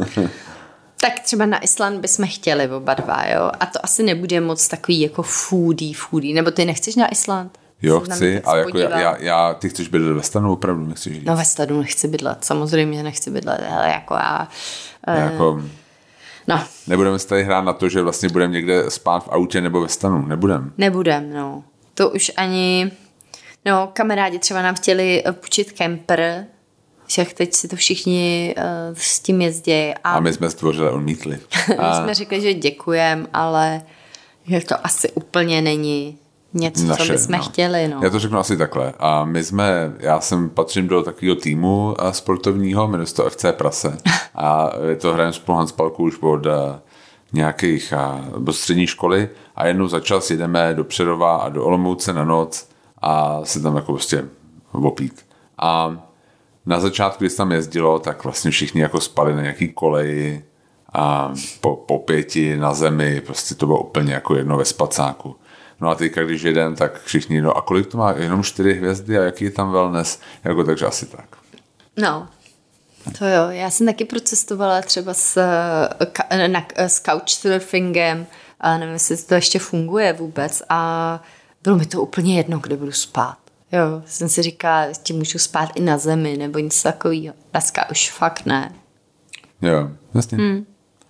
B: Tak třeba na Island bychom chtěli oba dva, jo? A to asi nebude moc takový jako foodie, foodie. Nebo ty nechceš na Island?
A: Jo, chci, ale jako já, já, já, ty chceš bydlet ve stanu, opravdu nechceš jít.
B: No ve stanu nechci bydlet, samozřejmě nechci bydlet, ale jako já...
A: Uh, jako,
B: no.
A: Nebudeme se tady hrát na to, že vlastně budeme někde spát v autě nebo ve stanu, nebudem.
B: Nebudem, no. To už ani... No, kamarádi třeba nám chtěli půjčit kemper, však teď si to všichni uh, s tím jezdí. A,
A: a my jsme zdvořile odmítli.
B: my jsme řekli, že děkujem, ale že to asi úplně není něco, naše, co bychom no. chtěli. No.
A: Já to řeknu asi takhle. A my jsme, já jsem patřím do takového týmu sportovního, jmenuje se to F C Prase. A je to hrajeme spolu handspalku už od uh, nějakých uh, střední školy a jednou za čas jedeme do Přerova a do Olomouce na noc a se tam jako prostě opít. A na začátku, když tam jezdilo, tak vlastně všichni jako spali na nějaký koleji a po, po pěti na zemi, prostě to bylo úplně jako jedno ve spacáku. No a teďka, když jedem, tak všichni, no a kolik to má? Jenom čtyři hvězdy a jaký je tam wellness? Jako, takže asi tak.
B: No, to jo. Já jsem taky procestovala třeba s, na, s couchsurfingem a nevím, jestli to ještě funguje vůbec a bylo mi to úplně jedno, kde budu spát. Jo, jsem si říkala, že můžu spát i na zemi nebo něco takového. Dneska už fakt ne.
A: Jo, vlastně. Hmm.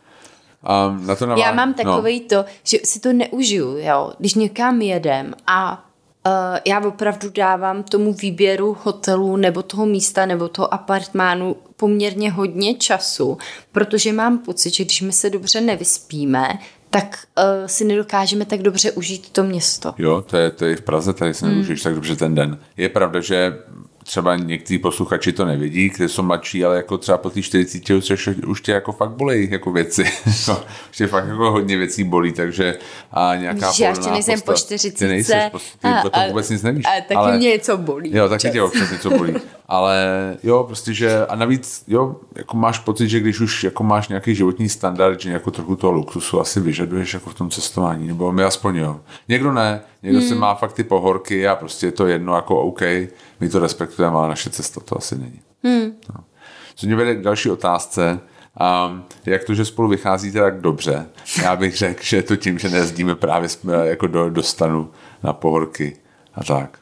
A: Um, na to navá...
B: Já mám takovej no. to, že si to neužiju, jo. Když někam jedem a uh, já opravdu dávám tomu výběru hotelu nebo toho místa nebo toho apartmánu poměrně hodně času, protože mám pocit, že když my se dobře nevyspíme, tak uh, si nedokážeme tak dobře užít to město.
A: Jo, to je, to je v Praze, tady si neužiješ hmm. tak dobře ten den. Je pravda, že třeba někteří posluchači to nevidí, kteří jsou mladší, ale jako třeba po té čtyřiceti už, už tě jako fakt bolí jako věci. už tě fakt jako hodně věcí bolí, takže a nějaká
B: Víš, já ještě nejsem postav, po čtyřicítce.
A: Ty nejseš, ty a, o tom vůbec nic nevíš.
B: A taky ale, mě něco bolí.
A: Jo, taky tě občas něco bolí. Ale jo, prostě, že a navíc, jo, jako máš pocit, že když už jako máš nějaký životní standard, že jako trochu toho luxusu asi vyžaduješ jako v tom cestování, nebo my aspoň jo. Někdo ne, někdo hmm. se má fakt ty pohorky a prostě je to jedno jako OK, my to respektujeme, ale naše cesta to asi není.
B: Hmm.
A: No. Co mě vede k další otázce, um, jak to, že spolu vycházíte tak dobře? Já bych řekl, že je to tím, že nejezdíme právě jako do, do stanu na pohorky a tak.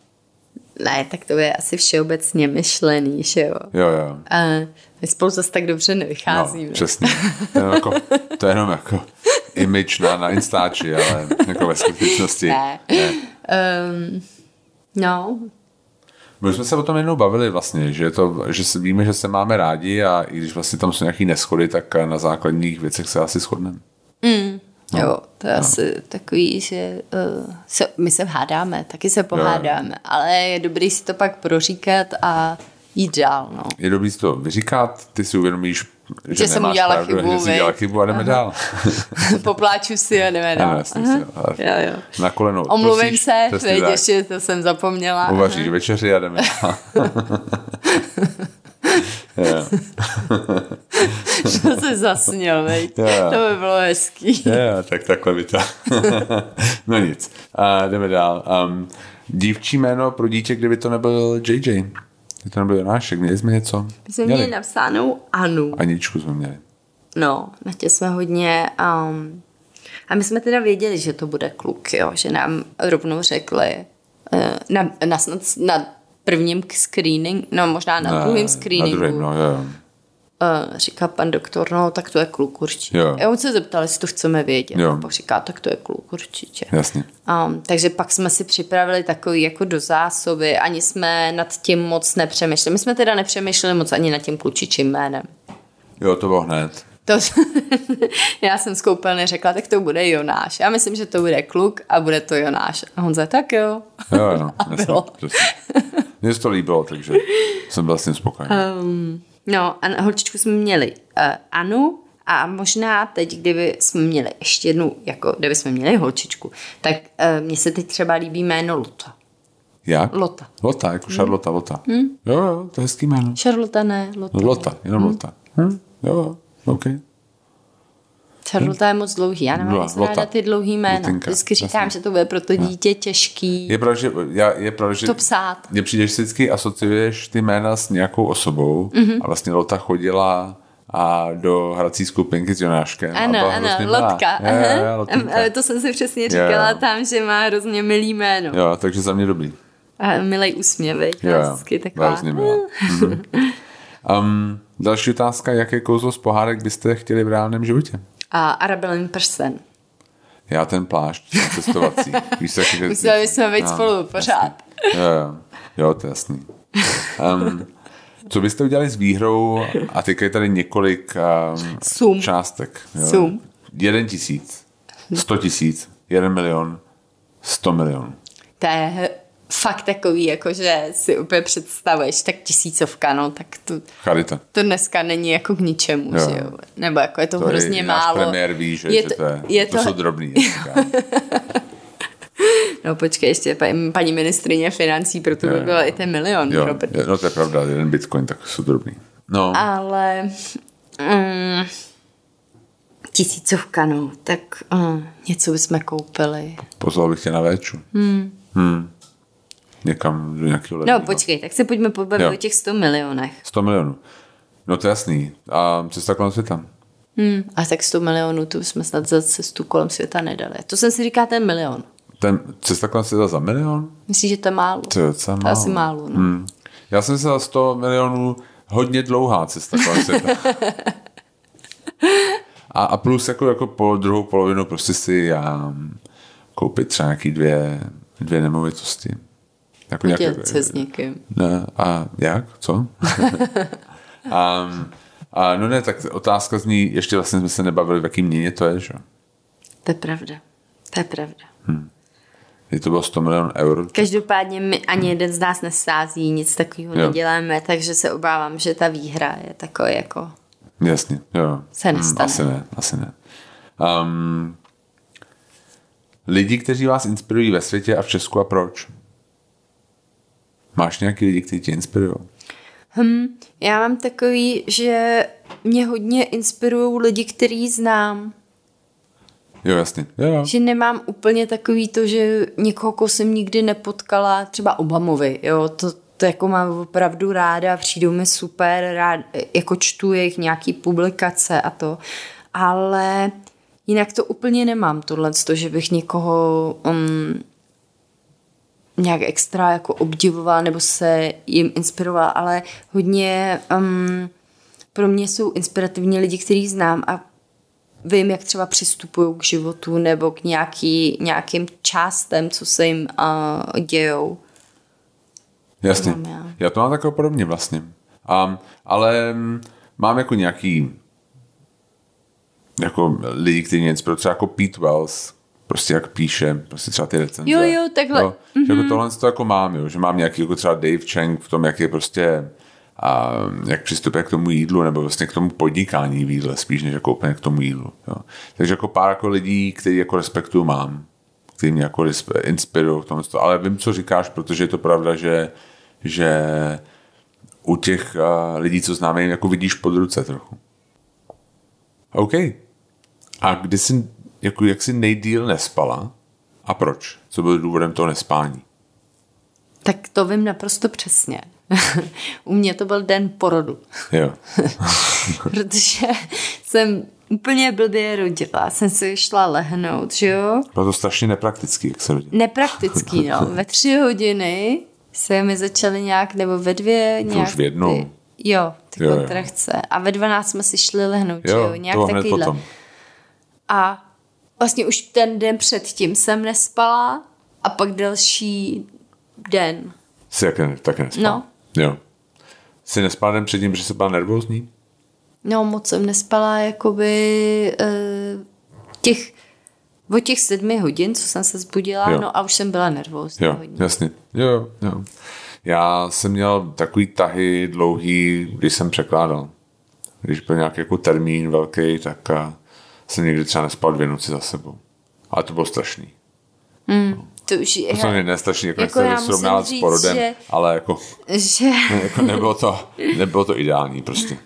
B: Ne, tak to je asi všeobecně myšlený, že jo?
A: Jo, jo.
B: A my spolu zase tak dobře nevycházíme.
A: No, přesně. To je, jako, to je jenom jako image na, na Instači, ale jako ve skutečnosti.
B: Ne.
A: ne.
B: Um, no.
A: My jsme se o tom jednou bavili vlastně, že, to, že se, víme, že se máme rádi a i když vlastně tam jsou nějaký neschody, tak na základních věcech se asi shodneme.
B: Mm. No, jo, to je no. asi takový, že uh, se, my se hádáme, taky se pohádáme, jo. ale je dobrý si to pak proříkat a jít dál. No.
A: Je dobrý si to vyříkat, ty si uvědomíš, že,
B: že jsem udělala pravdu, chybu,
A: že jsi udělala chybu a jdeme Aha. dál.
B: Popláču si a jdeme dál.
A: Ano, jasný, si, jo, jo. Na kolenou.
B: Omluvím prosíš, se, veď ještě to jsem zapomněla.
A: Uvaříš večeři a jdeme dál.
B: To se zasněl, veď. To by bylo hezký.
A: Jo, tak takhle by to. No nic, uh, jdeme dál. Um, dívčí jméno pro dítě, kdyby to nebyl J J. Kdyby to nebyl Jonášek, měli jsme něco?
B: My jsme měli, měli napsánou Anu.
A: Aničku jsme měli.
B: No, na tě jsme hodně... Um, a my jsme teda věděli, že to bude kluk, jo, že nám rovnou řekli uh, na, na, na, na prvním screening, no možná na ne, druhém screeningu.
A: Na druhém, no jo.
B: Uh, říká pan doktor, no tak to je kluk určitě.
A: Jo.
B: Já on se zeptal, jestli to chceme vědět.
A: Jo.
B: Pak říká, tak to je kluk určitě.
A: Jasně.
B: Um, takže pak jsme si připravili takový jako do zásoby, ani jsme nad tím moc nepřemýšleli. My jsme teda nepřemýšleli moc ani nad tím klučičím jménem.
A: Jo, to bylo hned.
B: To, já jsem z koupelny řekla, tak to bude Jonáš. Já myslím, že to bude kluk a bude to Jonáš. A Honza, tak jo.
A: Jo, jo.
B: A bylo.
A: Mně se to líbilo, takže jsem byl s tím spokojený.
B: Um, no a holčičku jsme měli uh, Anu a možná teď, kdyby jsme měli ještě jednu, jako kdyby jsme měli holčičku, tak uh, mně se teď třeba líbí jméno Lota.
A: Jak?
B: Lota.
A: Lota, jako Charlotte
B: hmm.
A: Lota.
B: Hmm.
A: Jo, jo, to je hezký jméno.
B: Charlotte ne, Lota.
A: No, Lota, jenom hmm. Lota. Hm? Jo, OK.
B: Charlotte je moc dlouhý, já nemám moc ráda ty dlouhý jména. Lutinka, vždycky říkám, jasný. Že to bude pro to dítě no. těžký.
A: Je pravda, že, já, je pravda, že
B: to psát.
A: Mně přijde, že vždycky asociuješ ty jména s nějakou osobou mm-hmm. a vlastně Lotta chodila a do hrací skupinky s Jonáškem.
B: Ano,
A: a
B: ano, Lotka. Je, je, to jsem si přesně říkala je. Tam, že má hrozně milý jméno.
A: Jo, takže za mě dobrý.
B: A milej úsměvy. Vždycky taková.
A: mm-hmm. um, další otázka, jaké kouzlo z pohádek byste chtěli v reálném životě?
B: A Arabelin prsten.
A: Já ten plášť cestovací. Víš, jak, že
B: museli bychom být no, spolu pořád.
A: Jo, jo, jo, to je jasný. Um, co byste udělali s výhrou a teďka je tady několik um, částek. Jo.
B: Sum.
A: Jeden tisíc, sto tisíc, jeden milion, sto milionů.
B: To je fakt takový, jakože si úplně představuješ, tak tisícovka, no, tak to,
A: Charita.
B: To dneska není jako k ničemu, jo. Že jo? Nebo jako je to, to hrozně
A: je,
B: málo.
A: Náš premiér ví, že,
B: je
A: to,
B: to,
A: to, je,
B: je
A: to,
B: to
A: jsou drobný.
B: No počkej, ještě paní, paní ministrině financí, proto by byl i ten milion.
A: Jo, no to je pravda, jeden bitcoin, tak jsou drobný. No.
B: Ale mm, tisícovka, no, tak mm, něco bychom koupili.
A: Pozval bych tě na véču.
B: Hmm.
A: Hmm. Někam do nějakého levního.
B: No počkej, tak se pojďme pobavit o těch sto milionech.
A: sto milionů. No to je jasný. A cesta kolem světa?
B: Hmm. A tak sto milionů, tu jsme snad za cestu kolem světa nedali. To jsem si říká ten milion.
A: Ten cesta kolem světa za milion?
B: Myslíš, že to je málo?
A: To je docela málo.
B: To asi málo, no.
A: Hmm. Já jsem si za sto milionů hodně dlouhá cesta kolem světa. a, a plus jako, jako po druhou polovinu prostě si já koupit třeba nějaký dvě, dvě nemovitosti. Jako
B: nějak, se s někým.
A: Ne, a jak? Co? um, a no ne, tak otázka zní, ještě vlastně jsme se nebavili, v jaký měně to je, že?
B: To je pravda. To je pravda.
A: Hmm. Kdy to bylo sto milionů eur.
B: Každopádně my ani jeden z nás nesází, nic takového jo. neděláme, takže se obávám, že ta výhra je takový jako...
A: Jasně, jo.
B: Se nestane.
A: Hmm, asi ne, asi ne. Um, lidi, kteří vás inspirují ve světě a v Česku a proč? Máš nějaký lidi, kteří tě inspirují?
B: Hmm, já mám takový, že mě hodně inspirují lidi, který znám.
A: Jo, jasně. Jo.
B: Že nemám úplně takový to, že někoho, koho jsem nikdy nepotkala, třeba Obamovi, jo, to, to jako mám opravdu ráda, přijdou mi super, rád, jako čtu jejich nějaký publikace a to, ale jinak to úplně nemám, tohle, že bych někoho um, nějak extra jako obdivovala nebo se jim inspirovala, ale hodně um, pro mě jsou inspirativní lidi, který znám a vím, jak třeba přistupují k životu nebo k nějaký, nějakým částem, co se jim uh, dějou.
A: Jasně. Já. já to mám takové podobně vlastně. Um, ale mám jako nějaký jako lidi, kteří mě inspirují, třeba jako Pete Wells, prostě jak píše, prostě třeba ty recenze.
B: Jo, jo, takhle. Jo,
A: mm-hmm. Že jako tohle to jako mám, jo, že mám nějaký jako třeba Dave Chang v tom, jak je prostě a jak přistupuje k tomu jídlu, nebo vlastně k tomu podnikání v jídle, spíš než jako úplně k tomu jídlu. Jo. Takže jako pár jako lidí, který jako respektuju mám, který mě jako inspirují v tom, ale vím, co říkáš, protože je to pravda, že, že u těch uh, lidí, co známe, jim jako vidíš pod ruce trochu. OK. A kdy jsi, jako, jak jsi nejdýl nespala a proč? Co byl důvodem toho nespání?
B: Tak to vím naprosto přesně. U mě to byl den porodu.
A: Jo.
B: Protože jsem úplně blbě rodila. Jsem si šla lehnout, že jo?
A: Bylo to strašně nepraktický, jak se rodila.
B: Nepraktický, no. Ve tři hodiny se mi začaly nějak, nebo ve dvě
A: to
B: nějak...
A: už v jednou.
B: Ty, jo, ty jo, kontrakce. Jo. A ve dvanáct jsme si šli lehnout, jo, že jo? Nějak
A: to hned potom.
B: A vlastně už ten den předtím jsem nespala a pak další den.
A: Jsi jak ne, také nespala?
B: No.
A: Jo. Jsi nespala den předtím, že jsi byla nervózní?
B: No, moc jsem nespala, jakoby uh, těch, od těch sedmi hodin, co jsem se zbudila, jo. No a už jsem byla nervózní.
A: Jo,
B: hodně.
A: Jasně. Jo, jo. Já jsem měl takový tahy dlouhý, když jsem překládal. Když byl nějaký jako termín velký, tak jsem někdy třeba nespal dvě noci za sebou. Ale to bylo strašný.
B: Mm. No. To už je...
A: To je nestrašný, jako, jako nechci srovnávat s porodem, že, ale jako,
B: že...
A: jako nebylo, to, nebylo to ideální prostě.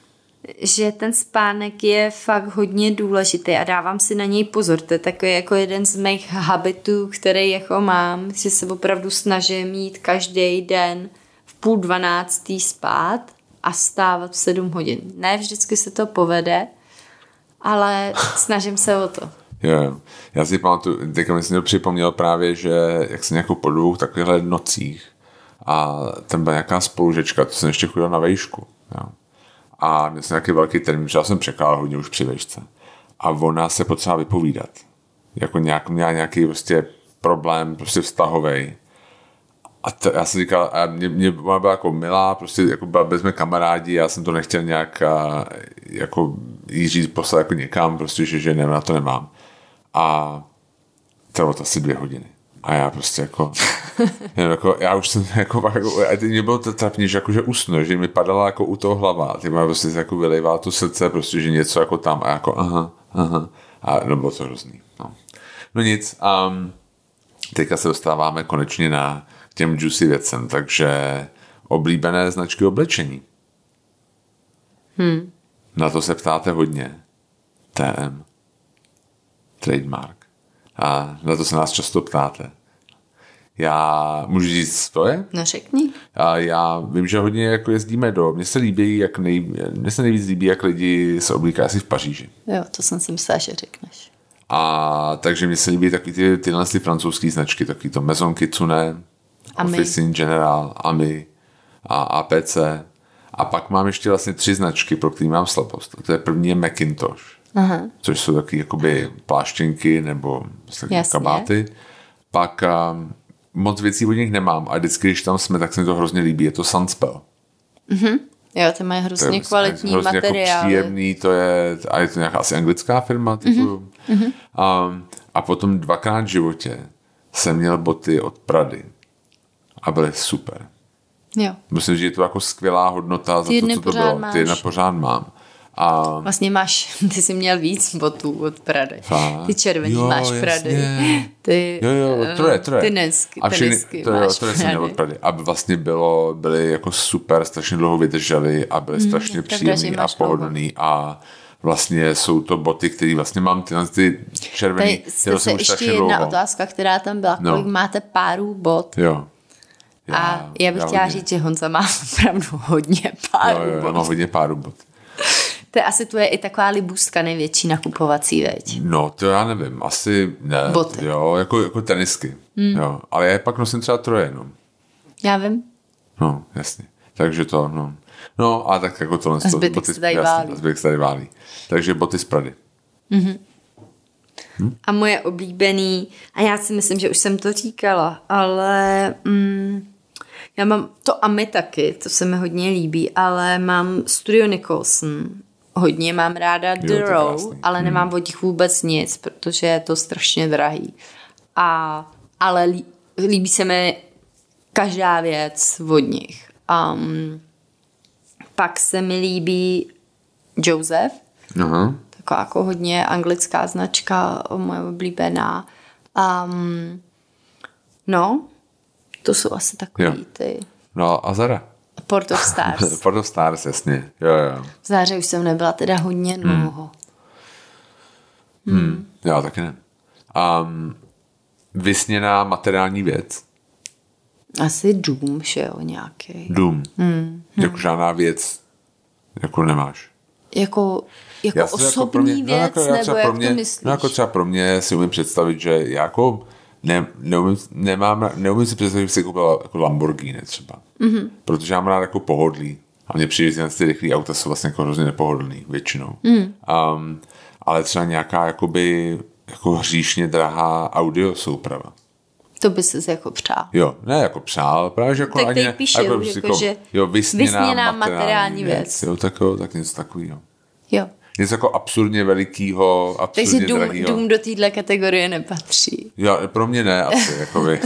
B: že ten spánek je fakt hodně důležitý a dávám si na něj pozor. To je takový jako jeden z mých habitů, který jako mám, že se opravdu snažím jít každý den v půl dvanáctý spát a stávat v sedm hodin. Ne vždycky se to povede, ale snažím se o to.
A: Jo, já si pamatuju, teďka mi si to připomněl právě, že jak jsem nějakou po dvou takovýchhle nocích a tam byla nějaká spolužečka, to jsem ještě chodil na vejšku. Jo. A měl jsem nějaký velký termín, protože já jsem čekal hodně už při vejšce. A ona se potřeba vypovídat. Jako nějak, měla nějaký prostě problém, prostě vztahovej. A to, já jsem říkal, a mě, mě ona byla jako milá, prostě jako byla, byli jsme kamarádi, já jsem to nechtěl nějak a, jako jí říct poslat jako někam, prostě, že, že ne, na to nemám. A trvalo to asi dvě hodiny. A já prostě jako, nevím, jako já už jsem jako, jako a teď mě bylo to trapně, že jakože usnu, že mi padala jako u toho hlava. Ty mě prostě jako vylejvala to srdce, prostě, že něco jako tam a jako aha, aha. A no bylo to hrozný. No, no nic. Um, teďka se dostáváme konečně na těm juicy věcem, takže oblíbené značky oblečení.
B: Hmm.
A: Na to se ptáte hodně. T M. Trademark. A na to se nás často ptáte. Já můžu říct, co je?
B: No řekni.
A: A já vím, že hodně jako jezdíme do... Mně se líbí, jak nej, mně se nejvíc líbí, jak lidi se oblíkají asi v Paříži.
B: Jo, to jsem si myslela, že řekneš.
A: A takže mně se líbí takový ty, tyhle ty francouzský značky, takový to Maison Kitsune, Officine General, Ami a A P C. A pak mám ještě vlastně tři značky, pro které mám slabost. To je první je Macintosh. Aha. Což jsou taky jakoby pláštěnky nebo kabáty. Pak um, moc věcí od nich nemám a vždycky, když tam jsme, tak se mi to hrozně líbí. Je to Sunspell.
B: Mhm. Jo, to mají hrozně to je, kvalitní hrozně materiály. Jako
A: příjemný, to je, a je to nějaká asi anglická firma. Typu. Mm-hmm. Um, a potom dvakrát v životě jsem měl boty od Prady. A byly super.
B: Jo.
A: Myslím, že je to jako skvělá hodnota za to, co to bylo. Máš. Ty jedna pořád mám. A...
B: Vlastně máš, ty jsi měl víc botů od Prady.
A: Fakt?
B: Ty červený jo, máš Prady. Ty,
A: jo, jo, troje, troje.
B: Ty nesky,
A: a všechny,
B: tenisky
A: to,
B: máš
A: troje jsem měl od Prady. A vlastně bylo, byly jako super, strašně dlouho vydržely a byly mm, strašně příjemný a pohodlný a vlastně jsou to boty, které vlastně mám tyhle ty červený.
B: Tady se ještě jedna dlouho. Otázka, která tam byla. No. Kolik máte párů bot?
A: Jo.
B: Já, a já bych já chtěla hodně. říct, že Honza má opravdu hodně párů
A: jo, jo,
B: bot.
A: Já mám hodně párů bot.
B: To je asi tvoje i taková libůstka největší nakupovací, veď?
A: No, to já nevím, asi ne.
B: Boty.
A: Jo, jako, jako tenisky. Hmm. Jo, ale já pak nosím třeba troje, no.
B: Já vím.
A: No, jasně. Takže to, no. No, a tak jako tohle.
B: A zbytek boty, se tady válí.
A: A zbytek se tady válí. Takže boty z Prady.
B: Mhm. Hm? A moje oblíbený, a já si myslím, že už jsem to říkala, ale mm, já mám to Ami taky, to se mi hodně líbí, ale mám Studio Nicholson, hodně mám ráda The Row, ale nemám od nich vůbec nic, protože je to strašně drahý. A, ale lí, líbí se mi každá věc od nich. Um, pak se mi líbí Joseph. Aha. Taková jako hodně anglická značka, moje oblíbená. Um, no, to jsou asi takový jo. ty.
A: No a Zara?
B: Port of Stars.
A: Port of Stars, jasně. Jo, jo.
B: V Záře už jsem nebyla teda hodně dlouho.
A: Hmm. Hmm. Já taky ne. Um, vysněná materiální věc?
B: Asi dům, že jo, nějaký.
A: Dům. Hmm. Jako hmm. žádná věc jako nemáš.
B: Jako, jako osobní jako pro mě, věc, no, jako, nebo jak
A: mě,
B: to myslíš?
A: No jako třeba pro mě si umím představit, že jako ne, neumím, nemám, neumím si představit, že si koupila jako Lamborghini třeba. Mm-hmm. Protože já mám rád jako pohodlí. A mně přijde, že ty rychlý auta jsou vlastně jako hrozně nepohodlný většinou. Mm. Um, ale třeba nějaká jakoby jako hříšně drahá audio souprava.
B: To by ses jako přál.
A: Jo, ne jako přál, právě že jako
B: tak
A: ani ne.
B: Píšu, jako, jako, že
A: jo, vysněná,
B: vysněná
A: materiální,
B: materiální věc. věc.
A: Jo, tak jo, tak něco takového.
B: Jo.
A: Něco jako absurdně velikýho, absurdně
B: Takže dům,
A: drahýho.
B: dům do téhle kategorie nepatří.
A: Jo, pro mě ne, asi, jako vy.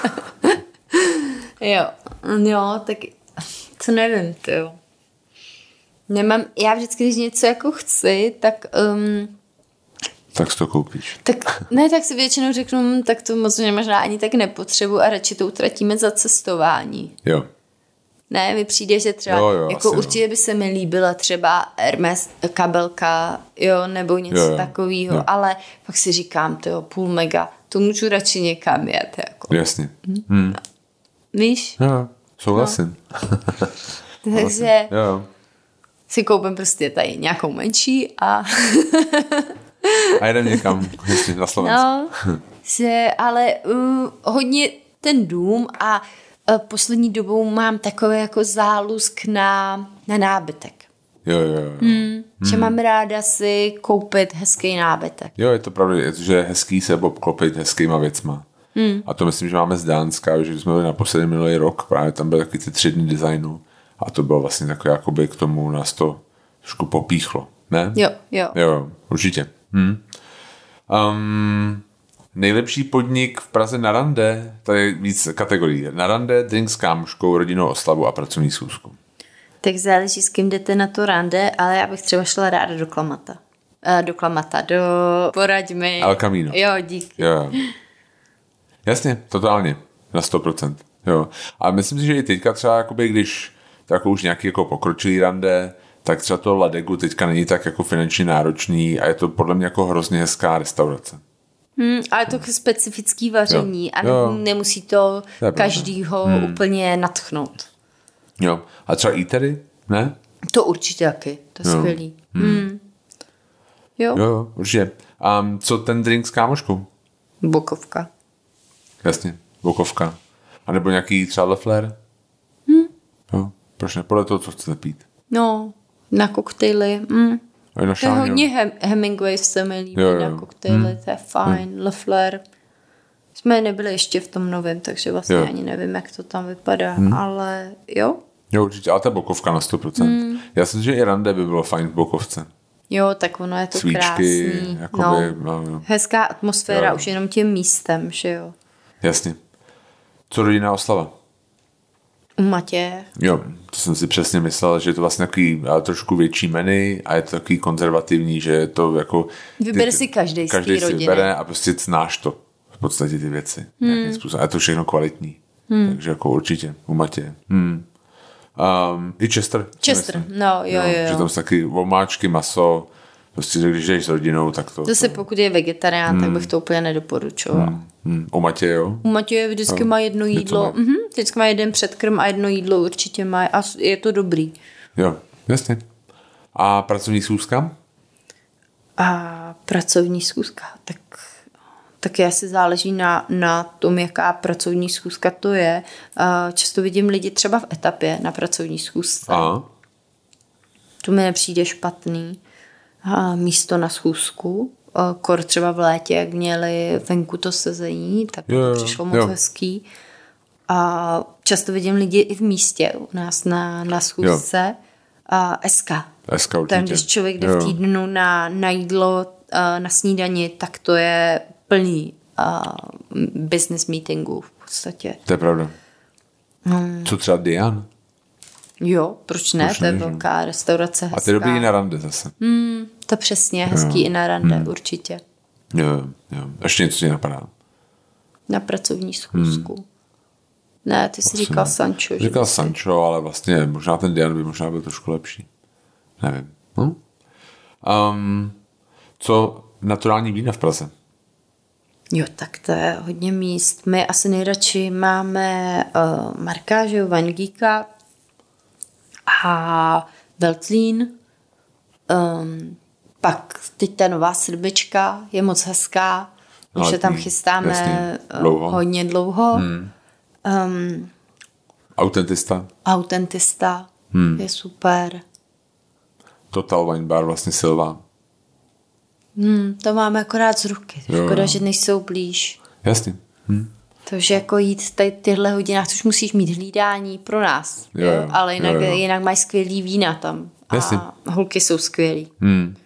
B: jo, jo, tak co nevím, to jo. Nemám, já vždycky, když něco jako chci, tak... Um,
A: tak si to koupíš.
B: Tak, ne, tak si většinou řeknu, tak to moc možná ani tak nepotřebuji a radši to utratíme za cestování.
A: Jo.
B: Ne, mi přijde, že třeba,
A: jo, jo,
B: jako
A: asi,
B: určitě
A: no.
B: by se mi líbila třeba Hermes kabelka, jo, nebo něco
A: jo, jo.
B: takového, ale pak si říkám, to jo, půl mega, to můžu radši někam jet, jako.
A: Jasně. Hmm.
B: Víš?
A: Jo, souhlasím.
B: No. Takže
A: jo.
B: si koupím prostě tady nějakou menší a...
A: a jedem někam, jestli na Slovensku.
B: No, že, ale uh, hodně ten dům a uh, poslední dobou mám takový jako zálusk na, na nábytek.
A: Jo, jo, jo.
B: Hmm, hmm. Že mám ráda si koupit hezký nábytek.
A: Jo, je to pravda, že je hezký se obklopit hezkýma věcma. Hmm. A to myslím, že máme z Dánska, že jsme byli naposledy minulý rok, právě tam byly taky ty tři dny designu a to bylo vlastně takové, jakoby k tomu nás to trošku popíchlo, ne?
B: Jo, jo.
A: Jo, určitě. Hmm. Um, nejlepší podnik v Praze na rande, to je víc kategorií. Na rande, drink s kámoškou, rodinnou oslavu a pracovní schůzku.
B: Tak záleží, s kým jdete na to rande, ale já bych třeba šla ráda do Klamata. Uh, do Klamata, do poraď mi.
A: El Camino.
B: Jo, díky.
A: Jo. Jasně, totálně, na sto procent. Jo. A myslím si, že i teďka třeba, jakoby, když to jako už nějaký jako pokročilý rande, tak třeba to Ladegu teďka není tak jako finančně náročný a je to podle mě jako hrozně hezká restaurace.
B: Hmm, ale to specifický vaření
A: Jo.
B: a
A: Jo.
B: nemusí to,
A: to
B: každýho hmm. úplně natchnout.
A: Jo. A třeba Eatery, ne?
B: To určitě taky, to je
A: Jo.
B: skvělý. Hmm. Hmm. Jo.
A: Jo, jo, určitě. A co ten drink s kámoškou?
B: Bokovka.
A: Jasně, bokovka. A nebo nějaký třeba Lefler?
B: Hmm.
A: Jo, proč ne? Podle toho, co chcete pít.
B: No, na koktejly. Mm.
A: A i na
B: To je
A: šáňo.
B: hodně Hem- Hemingway se mi líbí
A: Jo, jo.
B: na koktejly,
A: Hmm.
B: to je fajn. Hmm. Lefler. Jsme nebyli ještě v tom novém, takže vlastně
A: Jo.
B: ani nevím, jak to tam vypadá, hmm. ale jo.
A: Jo, určitě, ale ta bokovka na sto procent. Hmm. Já si myslím, že i rande by bylo fajn v bokovce.
B: Jo, tak ono je to
A: Svíčky,
B: krásný.
A: jakoby,
B: No.
A: no, jo.
B: Hezká atmosféra
A: Jo.
B: už jenom tím místem, že jo.
A: Jasně. Co rodinná oslava?
B: U Matěje.
A: Jo, to jsem si přesně myslel, že je to vlastně takový ale trošku větší menu a je to takový konzervativní, že je to jako...
B: Vyber si každej z té
A: Každý si
B: rodiny.
A: vybere a prostě znáš to. V podstatě ty věci. Hmm. A je to všechno kvalitní. Hmm. Takže jako určitě u Matěje. Hmm. Um, I Chester.
B: Chester, no jo, jo, jo.
A: Že tam jsou taky omáčky, maso. Prostě, že když jdeš s rodinou, tak to...
B: Zase
A: to...
B: pokud je vegetarián, hmm. tak bych to úplně nedoporučoval.
A: Hmm. Hmm. U Matěje, jo?
B: U Matěje vždycky
A: no.
B: má jedno jídlo.
A: Má.
B: Mhm, vždycky má jeden předkrm a jedno jídlo určitě má. A je to dobrý.
A: Jo, jasně. A pracovní schůzka?
B: A pracovní schůzka, tak, tak asi záleží na, na tom, jaká pracovní schůzka to je. Často vidím lidi třeba v etapě na pracovní schůzce.
A: Aha.
B: To mi nepřijde špatný. A místo na schůzku, kor třeba v létě, jak měli venku to sezení, tak
A: Jo, jo,
B: to přišlo moc
A: jo.
B: hezký. A často vidím lidi i v místě u nás na, na schůzce. A S K.
A: S K určitě.
B: Tam, když člověk jde
A: Jo.
B: v týdnu na, na jídlo, na snídani, tak to je plný uh, business meetingů v podstatě.
A: To je pravda.
B: Hmm.
A: Co třeba Dian?
B: Jo, proč ne?
A: Proč
B: to je
A: ne, že?
B: velká restaurace, hezká.
A: A ty dobrý i na rande zase.
B: Hmm, to přesně, hezký
A: Jo.
B: i na rande,
A: Hmm.
B: určitě.
A: Jo, jo. Ještě něco ti napadá.
B: Na pracovní schůzku. Hmm. Ne, ty jsi
A: Asi
B: říkal
A: ne.
B: Sancho. že
A: Říkal
B: by si-
A: Sancho, ale vlastně možná ten Dian by možná byl trošku lepší. Nevím. Hm? Um, co naturální vína v Praze?
B: Jo, tak to je hodně míst. My asi nejradši máme uh, Marka, že jo, Vangíka a Veltlín. Um, pak teď ta nová srbečka je moc hezká. Už
A: No,
B: se tam
A: letní,
B: chystáme
A: jasně,
B: uh,
A: dlouho.
B: hodně dlouho.
A: Hmm.
B: Um,
A: Autentista?
B: Autentista
A: Hmm.
B: je super.
A: Total Wine Bar, vlastně Silva.
B: Hmm, to máme akorát z ruky.
A: Jo,
B: Škoda,
A: jo.
B: že nejsou blíž.
A: Jasně. Hm.
B: Takže jako jít tady tyhle hodinách, což musíš mít hlídání pro nás.
A: Jo, jo,
B: ale jinak,
A: jo, jo.
B: jinak mají skvělý vína tam.
A: Jasně.
B: A holky jsou skvělý.
A: Hmm.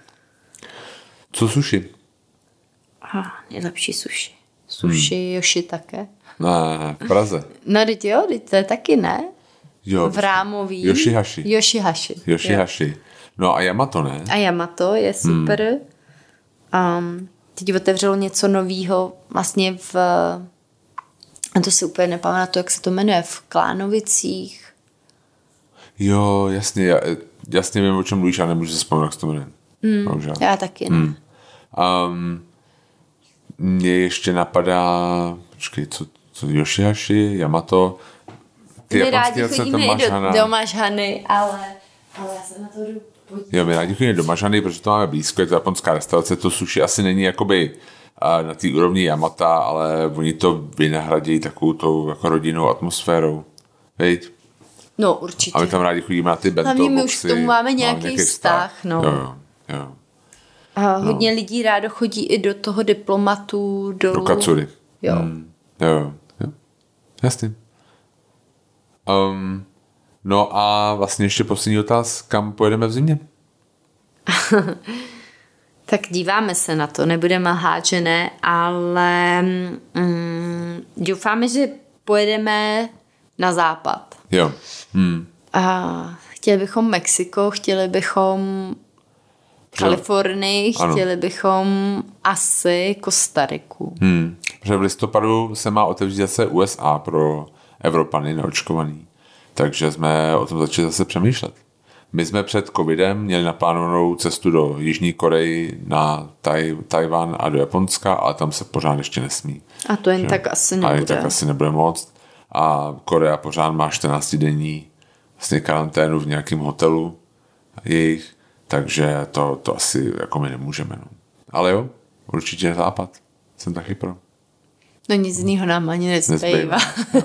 A: Co sushi?
B: A nejlepší sushi. Sushi, hmm. Yoshi také.
A: Ne, v Praze.
B: No, teď jo, teď to je taky, ne?
A: Jo.
B: V Rámový.
A: Yoshihashi.
B: Yoshihashi. Jo.
A: Yoshihashi. No a Yamato, ne?
B: A Yamato je super. Hmm. Um, teď otevřelo něco novýho vlastně v... A to si úplně nepamatuju, jak se to jmenuje. V Klánovicích.
A: Jo, jasně, já, jasně vím, o čem mluvíš, ale nemůžu se vzpomenout, jak se to jmenuje.
B: Mm, já taky ne. Mm.
A: Um, mně ještě napadá, počkej, co, co Yoshihashi, Yamato, ty
B: my rádi chodíme i do, do Mažhany, ale, ale já se na to jdu podívat.
A: Jo, my rádi chodíme do Mažhany, protože to máme blízko, je to japonská restaurace, to sushi asi není jakoby uh, na té úrovni Yamata, ale oni to vynahradí takovou tou jako rodinnou atmosférou. Vejď?
B: No, určitě.
A: A my tam rádi chodíme na ty bento
B: boxy.
A: My
B: už k tomu máme nějaký, nějaký vztah, vztah. No.
A: Jo, jo, jo.
B: A hodně no. lidí rádo chodí i do toho diplomatu, do...
A: Do Katsuri.
B: Jo.
A: Hmm. Jo, jo, jo. Jasně. Um, no a vlastně ještě poslední otaz, kam pojedeme v zimě?
B: Tak díváme se na to, nebudeme lhát, že ne, ale mm, doufáme, že pojedeme na západ.
A: Jo. Hmm.
B: A chtěli bychom Mexiko, chtěli bychom Kalifornii, chtěli bychom asi Kostariku.
A: Hmm. Protože v listopadu se má otevřít zase U S A pro Evropany neočkovaný. Takže jsme o tom začali zase přemýšlet. My jsme před covidem měli naplánovanou cestu do Jižní Koreji, na taj, Tajvan a do Japonska, ale tam se pořád ještě nesmí.
B: A to jen
A: že?
B: tak asi nebude.
A: A jen tak asi nebude moc. A Korea pořád má čtrnáctidenní vlastně karanténu v nějakém hotelu jejich, takže to, to asi jako my nemůžeme. No. Ale jo, určitě západ. Jsem taky pro.
B: No nic jiného nám ani nezbývá.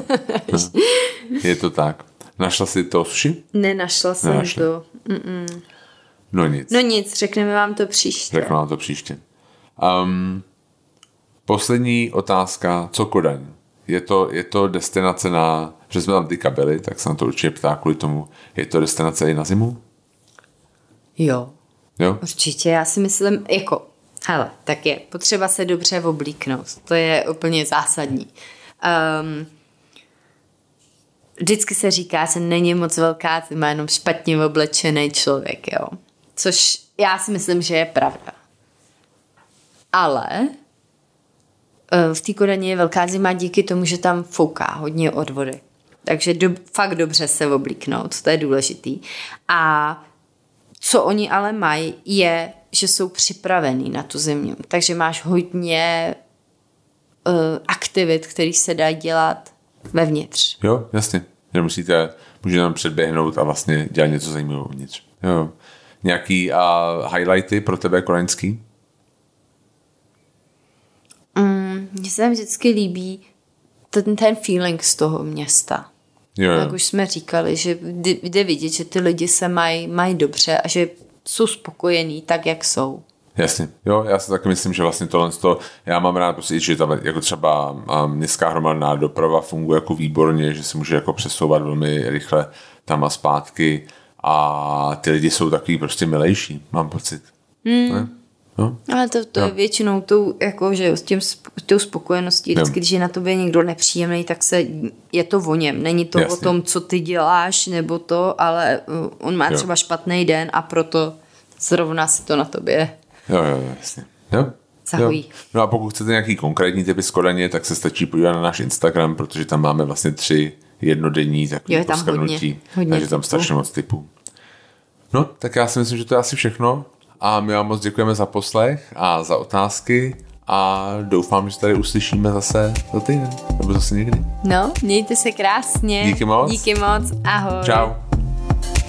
A: Je to tak. Našla jsi to sushi?
B: Nenašla jsem Nenašla. to. Mm-mm.
A: No nic.
B: No nic, řekneme vám to příště.
A: Řekneme vám to příště. Um, poslední otázka, co Kodaň? Je to, je to destinace na, že jsme tam teďka byli, tak se na to určitě ptá kvůli tomu, je to destinace i na zimu?
B: Jo.
A: Jo?
B: Určitě, já si myslím, jako, hele, tak je potřeba se dobře oblíknout. To je úplně zásadní. Um, vždycky se říká, že není moc velká zima, jenom špatně oblečený člověk, jo. Což já si myslím, že je pravda. Ale v té Kodani je velká zima díky tomu, že tam fouká hodně od vody. Takže do, fakt dobře se oblíknout, to je důležitý. A co oni ale mají, je, že jsou připravení na tu zimu. Takže máš hodně uh, aktivit, které se dají dělat vevnitř.
A: Jo, jasně. Nemusíte, můžete tam předběhnout a vlastně dělat něco zajímavého vnitř. Jo. Nějaký uh, highlighty pro tebe koreňský?
B: Mm, mně se vždycky líbí ten, ten feeling z toho města.
A: Jo, jo.
B: Jak už jsme říkali, že jde vidět, že ty lidi se mají maj dobře a že jsou spokojení tak, jak jsou.
A: Jasně. Jo, já si taky myslím, že vlastně tohle to, já mám rád prostě, že tam jako třeba městská hromadná doprava funguje jako výborně, že se může jako přesouvat velmi rychle tam a zpátky a ty lidi jsou takový prostě milejší, mám pocit.
B: Hmm. No? Ale to, to je většinou tou, jako, že s tím tou spokojeností, vždycky, když je na tobě někdo nepříjemný, tak se, je to o něm. Není to Jasně. o tom, co ty děláš, nebo to, ale on má jo. třeba špatný den a proto zrovna si to na tobě
A: Jo, jo, jasně. Jo.
B: zahojí.
A: Jo. No a pokud chcete nějaký konkrétní typy z Kodaně, tak se stačí podívat na náš Instagram, protože tam máme vlastně tři jednodenní takový poshrnutí. Takže tam strašně moc typů. No, tak já si myslím, že to je asi všechno. A my vám moc děkujeme za poslech a za otázky a doufám, že tady uslyšíme zase za týden, nebo zase někdy.
B: No, mějte se krásně.
A: Díky moc.
B: Díky moc, ahoj.
A: Čau.